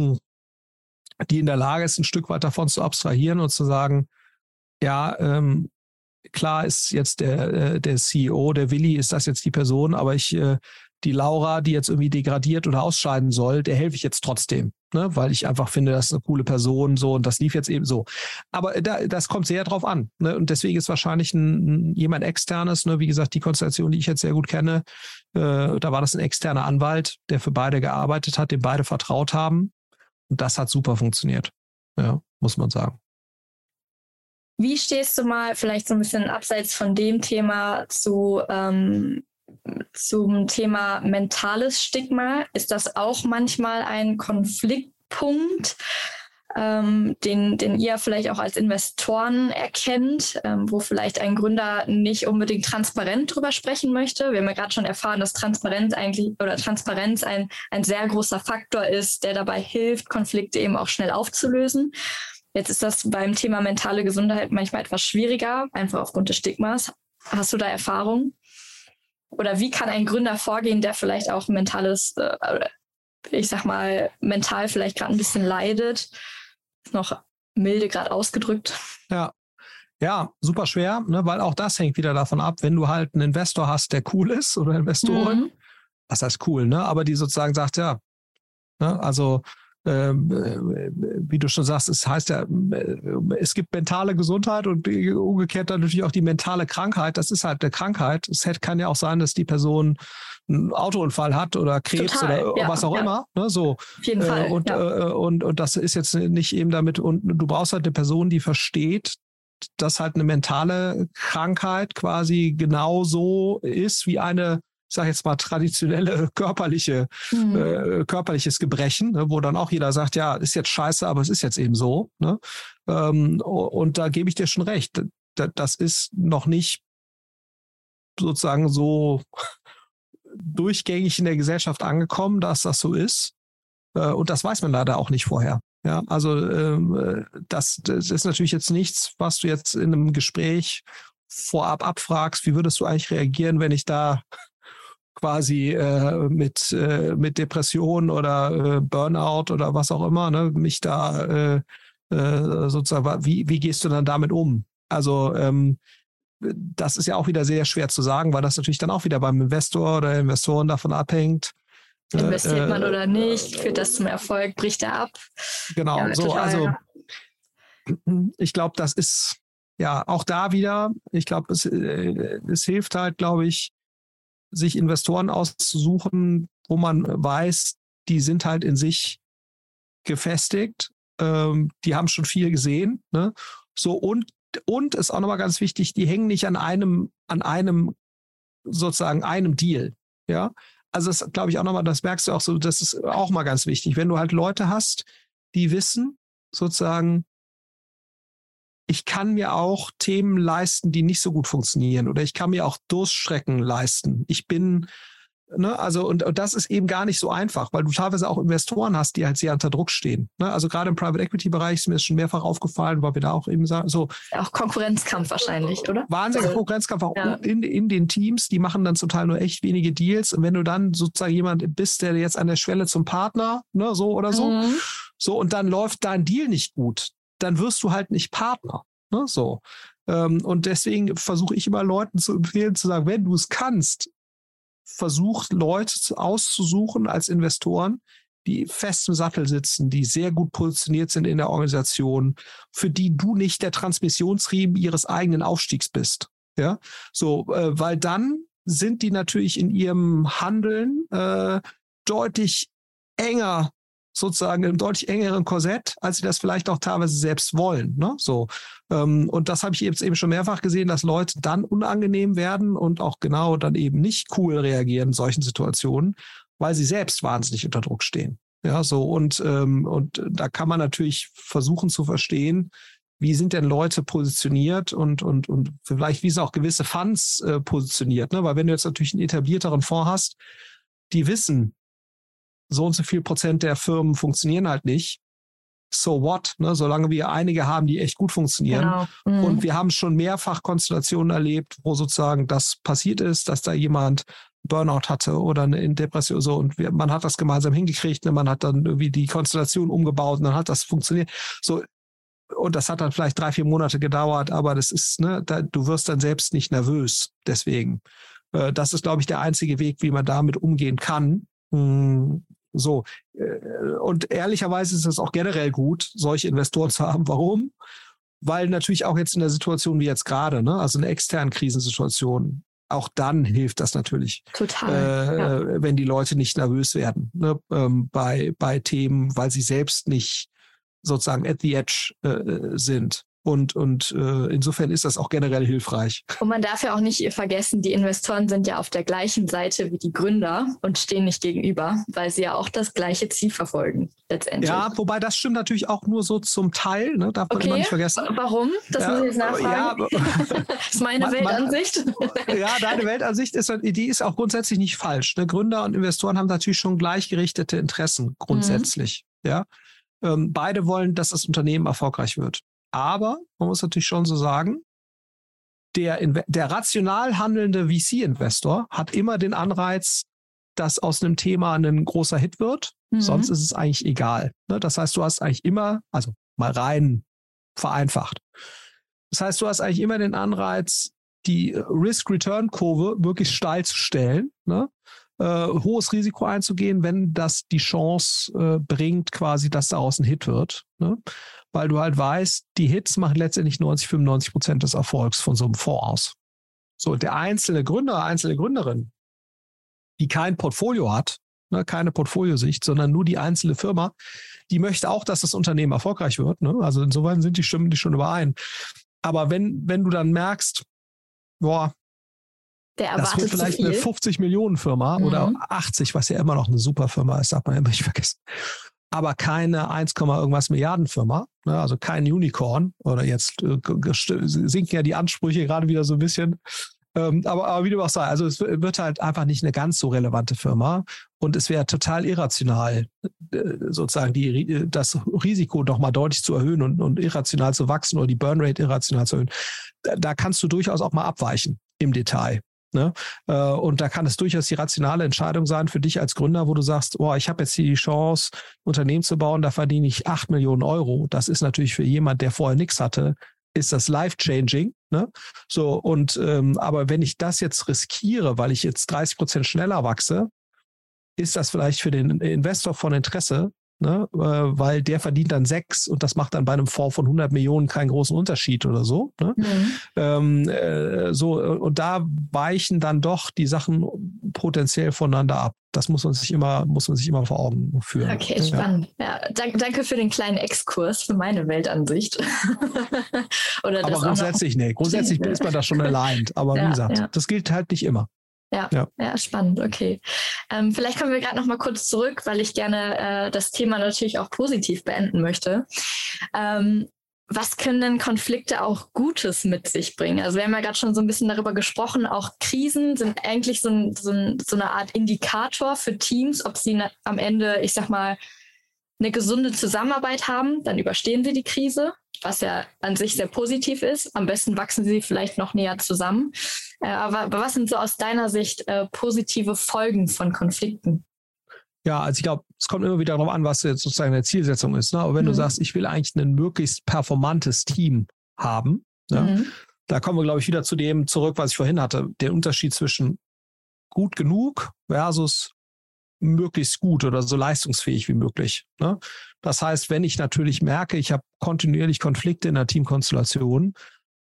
die in der Lage ist, ein Stück weit davon zu abstrahieren und zu sagen, ja, klar ist jetzt der CEO, der Willi, ist das jetzt die Person, aber die Laura, die jetzt irgendwie degradiert oder ausscheiden soll, der helfe ich jetzt trotzdem, ne? Weil ich einfach finde, das ist eine coole Person so und das lief jetzt eben so. Aber das kommt sehr drauf an, ne? Und deswegen ist wahrscheinlich jemand Externes, ne? Wie gesagt, die Konstellation, die ich jetzt sehr gut kenne, da war das ein externer Anwalt, der für beide gearbeitet hat, dem beide vertraut haben und das hat super funktioniert, ja, muss man sagen. Wie stehst du mal vielleicht so ein bisschen abseits von dem Thema zum Thema mentales Stigma? Ist das auch manchmal ein Konfliktpunkt, den ihr vielleicht auch als Investoren erkennt, wo vielleicht ein Gründer nicht unbedingt transparent drüber sprechen möchte? Wir haben ja gerade schon erfahren, dass Transparenz ein sehr großer Faktor ist, der dabei hilft, Konflikte eben auch schnell aufzulösen. Jetzt ist das beim Thema mentale Gesundheit manchmal etwas schwieriger, einfach aufgrund des Stigmas. Hast du da Erfahrung? Oder wie kann ein Gründer vorgehen, der vielleicht auch mental vielleicht gerade ein bisschen leidet? Noch milde gerade ausgedrückt. Ja, Ja, super schwer, ne, weil auch das hängt wieder davon ab, wenn du halt einen Investor hast, der cool ist oder Investorin, was heißt cool, ne, aber die sozusagen sagt, ja, ne, also wie du schon sagst, es heißt ja, es gibt mentale Gesundheit und umgekehrt dann natürlich auch die mentale Krankheit. Das ist halt eine Krankheit. Es kann ja auch sein, dass die Person einen Autounfall hat oder Krebs oder was auch immer. Ne, so. Auf jeden Fall. Und das ist jetzt nicht eben damit, und du brauchst halt eine Person, die versteht, dass halt eine mentale Krankheit quasi genauso ist wie eine, ich sage jetzt mal, traditionelle körperliches Gebrechen, ne, wo dann auch jeder sagt, ja, ist jetzt scheiße, aber es ist jetzt eben so. Ne? Und da gebe ich dir schon recht. Das ist noch nicht sozusagen so durchgängig in der Gesellschaft angekommen, dass das so ist. Und das weiß man leider auch nicht vorher. Ja, also das ist natürlich jetzt nichts, was du jetzt in einem Gespräch vorab abfragst, wie würdest du eigentlich reagieren, wenn ich da quasi mit Depression oder Burnout oder was auch immer, ne, mich da sozusagen, wie gehst du dann damit um? Also das ist ja auch wieder sehr schwer zu sagen, weil das natürlich dann auch wieder beim Investor oder Investoren davon abhängt. Investiert man oder nicht? Führt das zum Erfolg? Bricht er ab? Genau, ja, so, also ich glaube, das ist ja auch da wieder, ich glaube, es hilft halt, glaube ich, sich Investoren auszusuchen, wo man weiß, die sind halt in sich gefestigt, die haben schon viel gesehen, ne? So, und ist auch nochmal ganz wichtig, die hängen nicht an einem sozusagen einem Deal, ja. Also das glaube ich auch nochmal, das merkst du auch so, das ist auch mal ganz wichtig, wenn du halt Leute hast, die wissen sozusagen, ich kann mir auch Themen leisten, die nicht so gut funktionieren, oder ich kann mir auch Durststrecken leisten. Ich bin, ne, also und das ist eben gar nicht so einfach, weil du teilweise auch Investoren hast, die halt sehr unter Druck stehen. Ne? Also gerade im Private Equity Bereich ist mir das schon mehrfach aufgefallen, weil wir da auch eben sagen, so. Auch Konkurrenzkampf wahrscheinlich, oder? Wahnsinniger Konkurrenzkampf auch in den Teams, die machen dann zum Teil nur echt wenige Deals. Und wenn du dann sozusagen jemand bist, der jetzt an der Schwelle zum Partner, ne, so oder so, so, und dann läuft dein Deal nicht gut, dann wirst du halt nicht Partner. Ne, so. Und deswegen versuche ich immer Leuten zu empfehlen, zu sagen, wenn du es kannst, versuch Leute auszusuchen als Investoren, die fest im Sattel sitzen, die sehr gut positioniert sind in der Organisation, für die du nicht der Transmissionsriemen ihres eigenen Aufstiegs bist. Ja, so, weil dann sind die natürlich in ihrem Handeln deutlich enger, sozusagen im deutlich engeren Korsett, als sie das vielleicht auch teilweise selbst wollen. Ne? So. Und das habe ich jetzt eben schon mehrfach gesehen, dass Leute dann unangenehm werden und auch genau dann eben nicht cool reagieren in solchen Situationen, weil sie selbst wahnsinnig unter Druck stehen. Ja, so, und da kann man natürlich versuchen zu verstehen, wie sind denn Leute positioniert und vielleicht wie sind auch gewisse Funds positioniert. Ne? Weil wenn du jetzt natürlich einen etablierteren Fonds hast, die wissen, so und so viel Prozent der Firmen funktionieren halt nicht. So what? Ne? Solange wir einige haben, die echt gut funktionieren. Genau. Und wir haben schon mehrfach Konstellationen erlebt, wo sozusagen das passiert ist, dass da jemand Burnout hatte oder eine Depression so, und man hat das gemeinsam hingekriegt, ne? Man hat dann irgendwie die Konstellation umgebaut und dann hat das funktioniert. So, und das hat dann vielleicht 3-4 Monate gedauert, aber das ist, ne, du wirst dann selbst nicht nervös. Deswegen. Das ist, glaube ich, der einzige Weg, wie man damit umgehen kann. So, und ehrlicherweise ist es auch generell gut, solche Investoren zu haben. Warum? Weil natürlich auch jetzt in der Situation wie jetzt gerade, ne, also in einer externen Krisensituation, auch dann hilft das natürlich. Total. Wenn die Leute nicht nervös werden, ne, bei Themen, weil sie selbst nicht sozusagen at the edge sind. Und insofern ist das auch generell hilfreich. Und man darf ja auch nicht vergessen, die Investoren sind ja auf der gleichen Seite wie die Gründer und stehen nicht gegenüber, weil sie ja auch das gleiche Ziel verfolgen, letztendlich. Ja, wobei das stimmt natürlich auch nur so zum Teil, ne? Darf man immer nicht vergessen. Warum? Das muss ich jetzt nachfragen. Das ist meine Weltansicht. Ja, deine Weltansicht die ist auch grundsätzlich nicht falsch. Ne? Gründer und Investoren haben natürlich schon gleichgerichtete Interessen, grundsätzlich. Ja? Beide wollen, dass das Unternehmen erfolgreich wird. Aber man muss natürlich schon so sagen, der rational handelnde VC-Investor hat immer den Anreiz, dass aus einem Thema ein großer Hit wird. Sonst ist es eigentlich egal. Ne? Das heißt, du hast eigentlich immer, also mal rein vereinfacht, Das heißt, du hast eigentlich immer den Anreiz, die Risk-Return-Kurve wirklich steil zu stellen, ne? Hohes Risiko einzugehen, wenn das die Chance bringt, quasi, dass daraus ein Hit wird. Ne? Weil du halt weißt, die Hits machen letztendlich 95% des Erfolgs von so einem Fonds aus. So, der einzelne Gründer, einzelne Gründerin, die kein Portfolio hat, ne, keine Portfoliosicht, sondern nur die einzelne Firma, die möchte auch, dass das Unternehmen erfolgreich wird. Ne? Also insofern sind die Stimmen schon überein. Aber wenn du dann merkst, boah, das wird vielleicht eine 50-Millionen-Firma oder 80, was ja immer noch eine super Firma ist, darf man immer nicht vergessen. Aber keine 1, irgendwas Milliarden-Firma, ne? Also kein Unicorn. Oder jetzt sinken ja die Ansprüche gerade wieder so ein bisschen. Aber wie du auch sagst, also es wird halt einfach nicht eine ganz so relevante Firma. Und es wäre total irrational, sozusagen das Risiko noch mal deutlich zu erhöhen und irrational zu wachsen oder die Burnrate irrational zu erhöhen. Da kannst du durchaus auch mal abweichen im Detail. Ne? Und da kann es durchaus die rationale Entscheidung sein für dich als Gründer, wo du sagst, oh, ich habe jetzt hier die Chance, ein Unternehmen zu bauen, da verdiene ich 8 Millionen Euro. Das ist natürlich für jemand, der vorher nichts hatte, ist das life-changing. Ne? So, und aber wenn ich das jetzt riskiere, weil ich jetzt 30% schneller wachse, ist das vielleicht für den Investor von Interesse, ne? Weil der verdient dann 6 und das macht dann bei einem Fonds von 100 Millionen keinen großen Unterschied oder so. Ne? Und da weichen dann doch die Sachen potenziell voneinander ab. Das muss man sich immer vor Augen führen. Okay, spannend. Ja, danke für den kleinen Exkurs für meine Weltansicht. Aber grundsätzlich nicht. Grundsätzlich ist man da schon aligned. Aber wie gesagt, das gilt halt nicht immer. Ja, spannend, okay. Vielleicht kommen wir gerade noch mal kurz zurück, weil ich gerne das Thema natürlich auch positiv beenden möchte. Was können denn Konflikte auch Gutes mit sich bringen? Also wir haben ja gerade schon so ein bisschen darüber gesprochen, auch Krisen sind eigentlich so eine Art Indikator für Teams, ob sie am Ende, ich sag mal, eine gesunde Zusammenarbeit haben, dann überstehen sie die Krise, was ja an sich sehr positiv ist. Am besten wachsen sie vielleicht noch näher zusammen. Aber was sind so aus deiner Sicht positive Folgen von Konflikten? Ja, also ich glaube, es kommt immer wieder darauf an, was jetzt sozusagen eine Zielsetzung ist. Ne? Aber wenn du sagst, ich will eigentlich ein möglichst performantes Team haben, ne? Da kommen wir, glaube ich, wieder zu dem zurück, was ich vorhin hatte. Der Unterschied zwischen gut genug versus möglichst gut oder so leistungsfähig wie möglich. Ne? Das heißt, wenn ich natürlich merke, ich habe kontinuierlich Konflikte in der Teamkonstellation,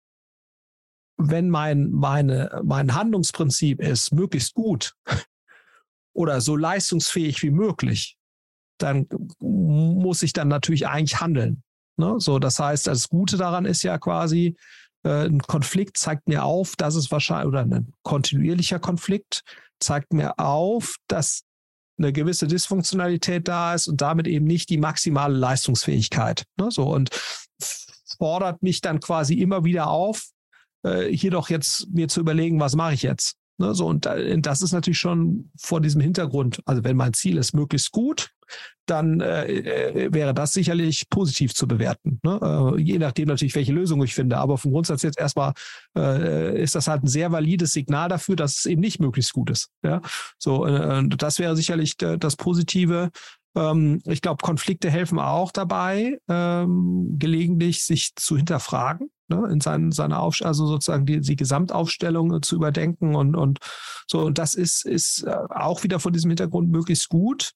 wenn mein Handlungsprinzip ist, möglichst gut oder so leistungsfähig wie möglich, dann muss ich dann natürlich eigentlich handeln. Ne? So, das heißt, das Gute daran ist ja quasi, ein Konflikt zeigt mir auf, dass es wahrscheinlich, oder ein kontinuierlicher Konflikt zeigt mir auf, dass eine gewisse Dysfunktionalität da ist und damit eben nicht die maximale Leistungsfähigkeit. Ne? So, und fordert mich dann quasi immer wieder auf, hier doch jetzt mir zu überlegen, was mache ich jetzt? Ne? So, und das ist natürlich schon vor diesem Hintergrund, also wenn mein Ziel ist, möglichst gut, dann wäre das sicherlich positiv zu bewerten. Ne? Je nachdem natürlich, welche Lösung ich finde. Aber vom Grundsatz jetzt erstmal ist das halt ein sehr valides Signal dafür, dass es eben nicht möglichst gut ist. Ja? So, das wäre sicherlich das Positive. Ich glaube, Konflikte helfen auch dabei, gelegentlich sich zu hinterfragen, ne? In seiner also sozusagen die Gesamtaufstellung zu überdenken und so. Und das ist auch wieder vor diesem Hintergrund möglichst gut.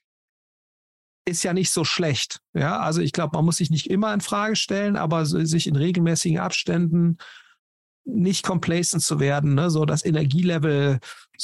Ist ja nicht so schlecht. Ja, also ich glaube, man muss sich nicht immer in Frage stellen, aber sich in regelmäßigen Abständen nicht complacent zu werden, ne? So das Energielevel,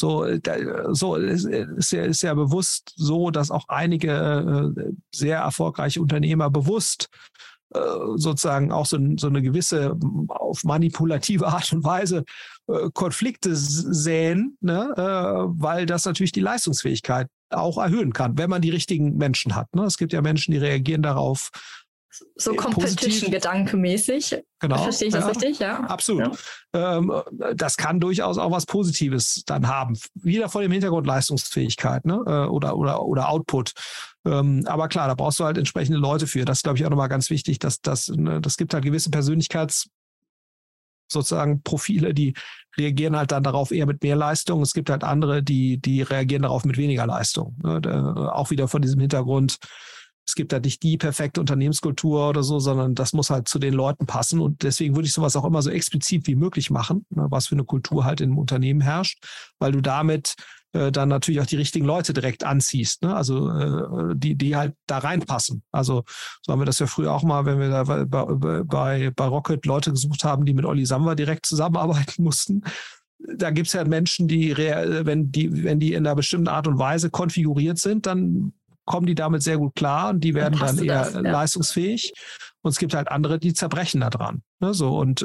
ist ja bewusst so, dass auch einige sehr erfolgreiche Unternehmer bewusst sozusagen auch so eine gewisse auf manipulative Art und Weise Konflikte säen, ne? Weil das natürlich die Leistungsfähigkeit auch erhöhen kann, wenn man die richtigen Menschen hat. Ne? Es gibt ja Menschen, die reagieren darauf so Competition-Gedanke-mäßig. Genau. Verstehe ich das richtig? Ja. Absolut. Ja. Das kann durchaus auch was Positives dann haben. Wieder vor dem Hintergrund Leistungsfähigkeit, ne? Oder Output. Aber klar, da brauchst du halt entsprechende Leute für. Das ist, glaube ich, auch nochmal ganz wichtig, dass das gibt halt gewisse sozusagen Profile, die reagieren halt dann darauf eher mit mehr Leistung. Es gibt halt andere, die reagieren darauf mit weniger Leistung. Ne? Auch wieder von diesem Hintergrund Es gibt da nicht die perfekte Unternehmenskultur oder so, sondern das muss halt zu den Leuten passen. Und deswegen würde ich sowas auch immer so explizit wie möglich machen, ne, was für eine Kultur halt im Unternehmen herrscht, weil du damit dann natürlich auch die richtigen Leute direkt anziehst, ne? Also die halt da reinpassen. Also so haben wir das ja früher auch mal, wenn wir da bei Rocket Leute gesucht haben, die mit Olli Samba direkt zusammenarbeiten mussten. Da gibt es ja Menschen, die, wenn die in einer bestimmten Art und Weise konfiguriert sind, dann kommen die damit sehr gut klar und die werden dann eher leistungsfähig. Und es gibt halt andere, die zerbrechen da dran. Ne? So, und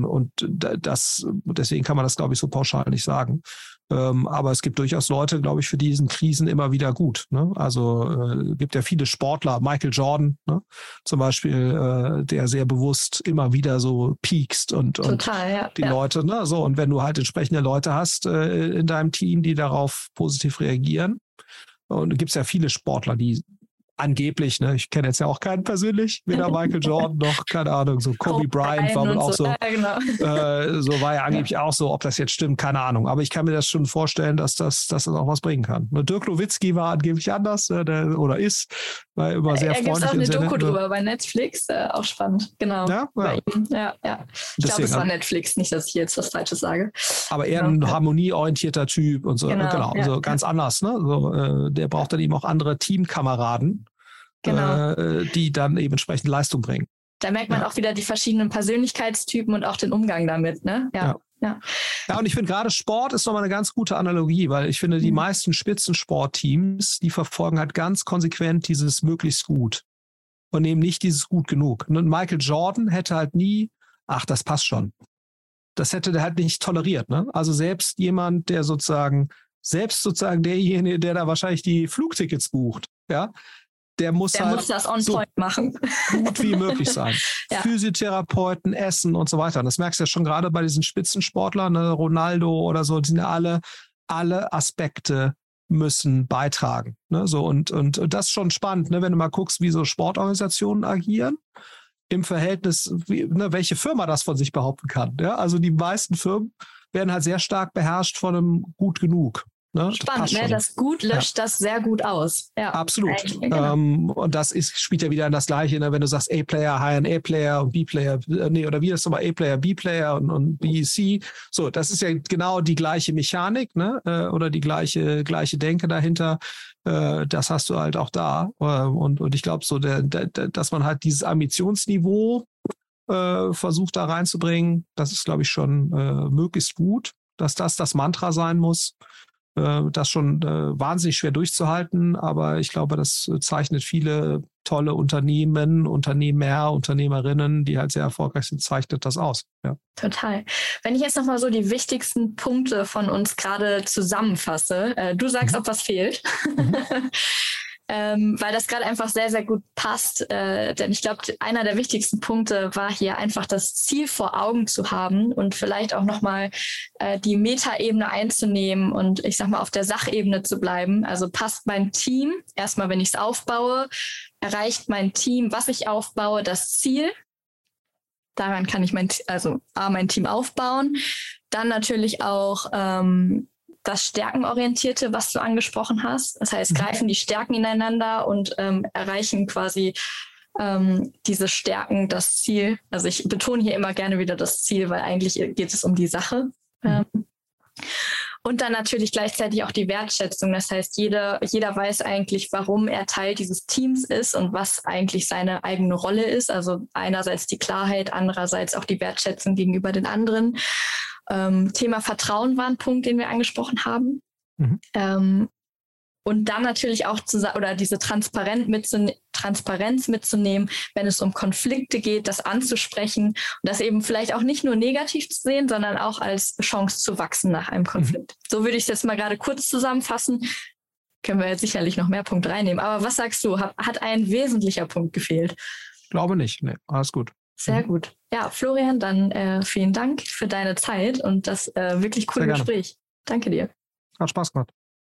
das, deswegen kann man das, glaube ich, so pauschal nicht sagen. Aber es gibt durchaus Leute, glaube ich, für die sind Krisen immer wieder gut. Ne? Also gibt ja viele Sportler, Michael Jordan, ne? Zum Beispiel, der sehr bewusst immer wieder so piekst und die Leute. Ne? So, und wenn du halt entsprechende Leute hast in deinem Team, die darauf positiv reagieren, und da gibt es ja viele Sportler, die angeblich, ne, ich kenne jetzt ja auch keinen persönlich, weder Michael Jordan noch, keine Ahnung, so Kobe Bryant war wohl auch so. Genau. So war ja angeblich auch so, ob das jetzt stimmt, keine Ahnung. Aber ich kann mir das schon vorstellen, dass das auch was bringen kann. Dirk Nowitzki war angeblich anders, oder ist, war immer sehr freundlich. Da gibt es auch eine Doku drüber bei Netflix, auch spannend, genau. Ja. Ich glaube, es war Netflix, nicht, dass ich jetzt was Falsches sage. Aber eher ein harmonieorientierter Typ und so, genau so ganz anders. Ne? So, der braucht dann eben auch andere Teamkameraden, die dann eben entsprechend Leistung bringen. Da merkt man auch wieder die verschiedenen Persönlichkeitstypen und auch den Umgang damit, ne? Ja, und ich finde gerade Sport ist nochmal eine ganz gute Analogie, weil ich finde, die meisten Spitzensportteams, die verfolgen halt ganz konsequent dieses möglichst gut und nehmen nicht dieses gut genug. Und Michael Jordan hätte halt nie, das passt schon. Das hätte der halt nicht toleriert, ne? Also selbst jemand, der sozusagen derjenige, der da wahrscheinlich die Flugtickets bucht, ja, der muss das on point machen. Gut wie möglich sein. Physiotherapeuten, Essen und so weiter. Und das merkst du ja schon gerade bei diesen Spitzensportlern, ne, Ronaldo oder so, die sind ja alle Aspekte müssen beitragen. Ne, so und das ist schon spannend, ne, wenn du mal guckst, wie so Sportorganisationen agieren im Verhältnis, welche Firma das von sich behaupten kann. Ja? Also die meisten Firmen werden halt sehr stark beherrscht von einem gut genug. Ne? Spannend, ne? Das Gut löscht das sehr gut aus. Ja, absolut. Genau. Und das spielt ja wieder in das Gleiche, ne? Wenn du sagst A-Player, High-End-A-Player und B-Player, oder wie das nochmal, A-Player, B-Player und B-C. So, das ist ja genau die gleiche Mechanik, ne? Oder die gleiche Denke dahinter. Das hast du halt auch da. Und ich glaube so, dass man halt dieses Ambitionsniveau versucht da reinzubringen, das ist, glaube ich, schon möglichst gut, dass das Mantra sein muss. Das schon wahnsinnig schwer durchzuhalten, aber ich glaube, das zeichnet viele tolle Unternehmen, Unternehmer, Unternehmerinnen, die halt sehr erfolgreich sind, zeichnet das aus. Ja. Total. Wenn ich jetzt nochmal so die wichtigsten Punkte von uns gerade zusammenfasse, du sagst, ob was fehlt. Weil das gerade einfach sehr, sehr gut passt. Denn ich glaube, einer der wichtigsten Punkte war hier einfach das Ziel vor Augen zu haben und vielleicht auch nochmal die Metaebene einzunehmen und ich sag mal auf der Sachebene zu bleiben. Also passt mein Team, erstmal wenn ich es aufbaue, erreicht mein Team, was ich aufbaue, das Ziel. Daran kann ich mein Team aufbauen. Dann natürlich auch das Stärkenorientierte, was du angesprochen hast. Das heißt, greifen die Stärken ineinander und erreichen quasi diese Stärken, das Ziel. Also ich betone hier immer gerne wieder das Ziel, weil eigentlich geht es um die Sache. Und dann natürlich gleichzeitig auch die Wertschätzung. Das heißt, jeder weiß eigentlich, warum er Teil dieses Teams ist und was eigentlich seine eigene Rolle ist. Also einerseits die Klarheit, andererseits auch die Wertschätzung gegenüber den anderen. Thema Vertrauen war ein Punkt, den wir angesprochen haben. Und dann natürlich auch diese Transparenz mitzunehmen, wenn es um Konflikte geht, das anzusprechen und das eben vielleicht auch nicht nur negativ zu sehen, sondern auch als Chance zu wachsen nach einem Konflikt. So würde ich es jetzt mal gerade kurz zusammenfassen. Können wir jetzt sicherlich noch mehr Punkte reinnehmen. Aber was sagst du? Hat ein wesentlicher Punkt gefehlt? Ich glaube nicht. Nee, alles gut. Sehr gut. Ja, Florian, dann vielen Dank für deine Zeit und das wirklich coole Gespräch. Danke dir. Hat Spaß gemacht.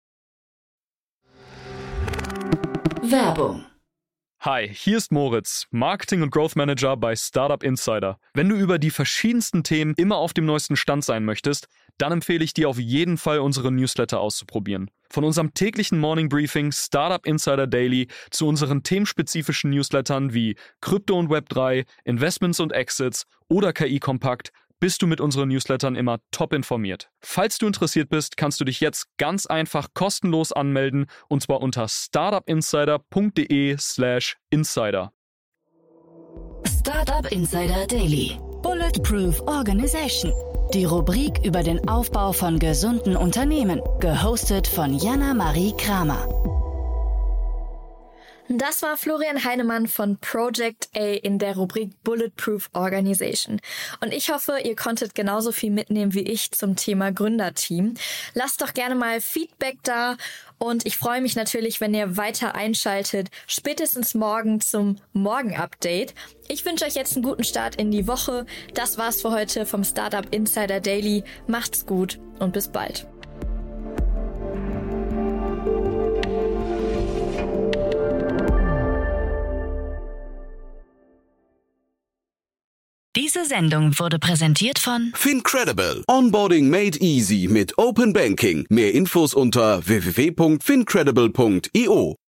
Werbung. Hi, hier ist Moritz, Marketing- und Growth Manager bei Startup Insider. Wenn du über die verschiedensten Themen immer auf dem neuesten Stand sein möchtest, dann empfehle ich dir auf jeden Fall, unsere Newsletter auszuprobieren. Von unserem täglichen Morning Briefing Startup Insider Daily zu unseren themenspezifischen Newslettern wie Krypto und Web3, Investments und Exits oder KI Kompakt bist du mit unseren Newslettern immer top informiert. Falls du interessiert bist, kannst du dich jetzt ganz einfach kostenlos anmelden und zwar unter startupinsider.de/insider. Startup Insider Daily. Bulletproof Organization. Die Rubrik über den Aufbau von gesunden Unternehmen. Gehostet von Jana-Marie Kramer. Das war Florian Heinemann von Project A in der Rubrik Bulletproof Organization. Und ich hoffe, ihr konntet genauso viel mitnehmen wie ich zum Thema Gründerteam. Lasst doch gerne mal Feedback da und ich freue mich natürlich, wenn ihr weiter einschaltet, spätestens morgen zum Morgen-Update. Ich wünsche euch jetzt einen guten Start in die Woche. Das war's für heute vom Startup Insider Daily. Macht's gut und bis bald. Diese Sendung wurde präsentiert von Fincredible. Onboarding made easy mit Open Banking. Mehr Infos unter www.fincredible.io.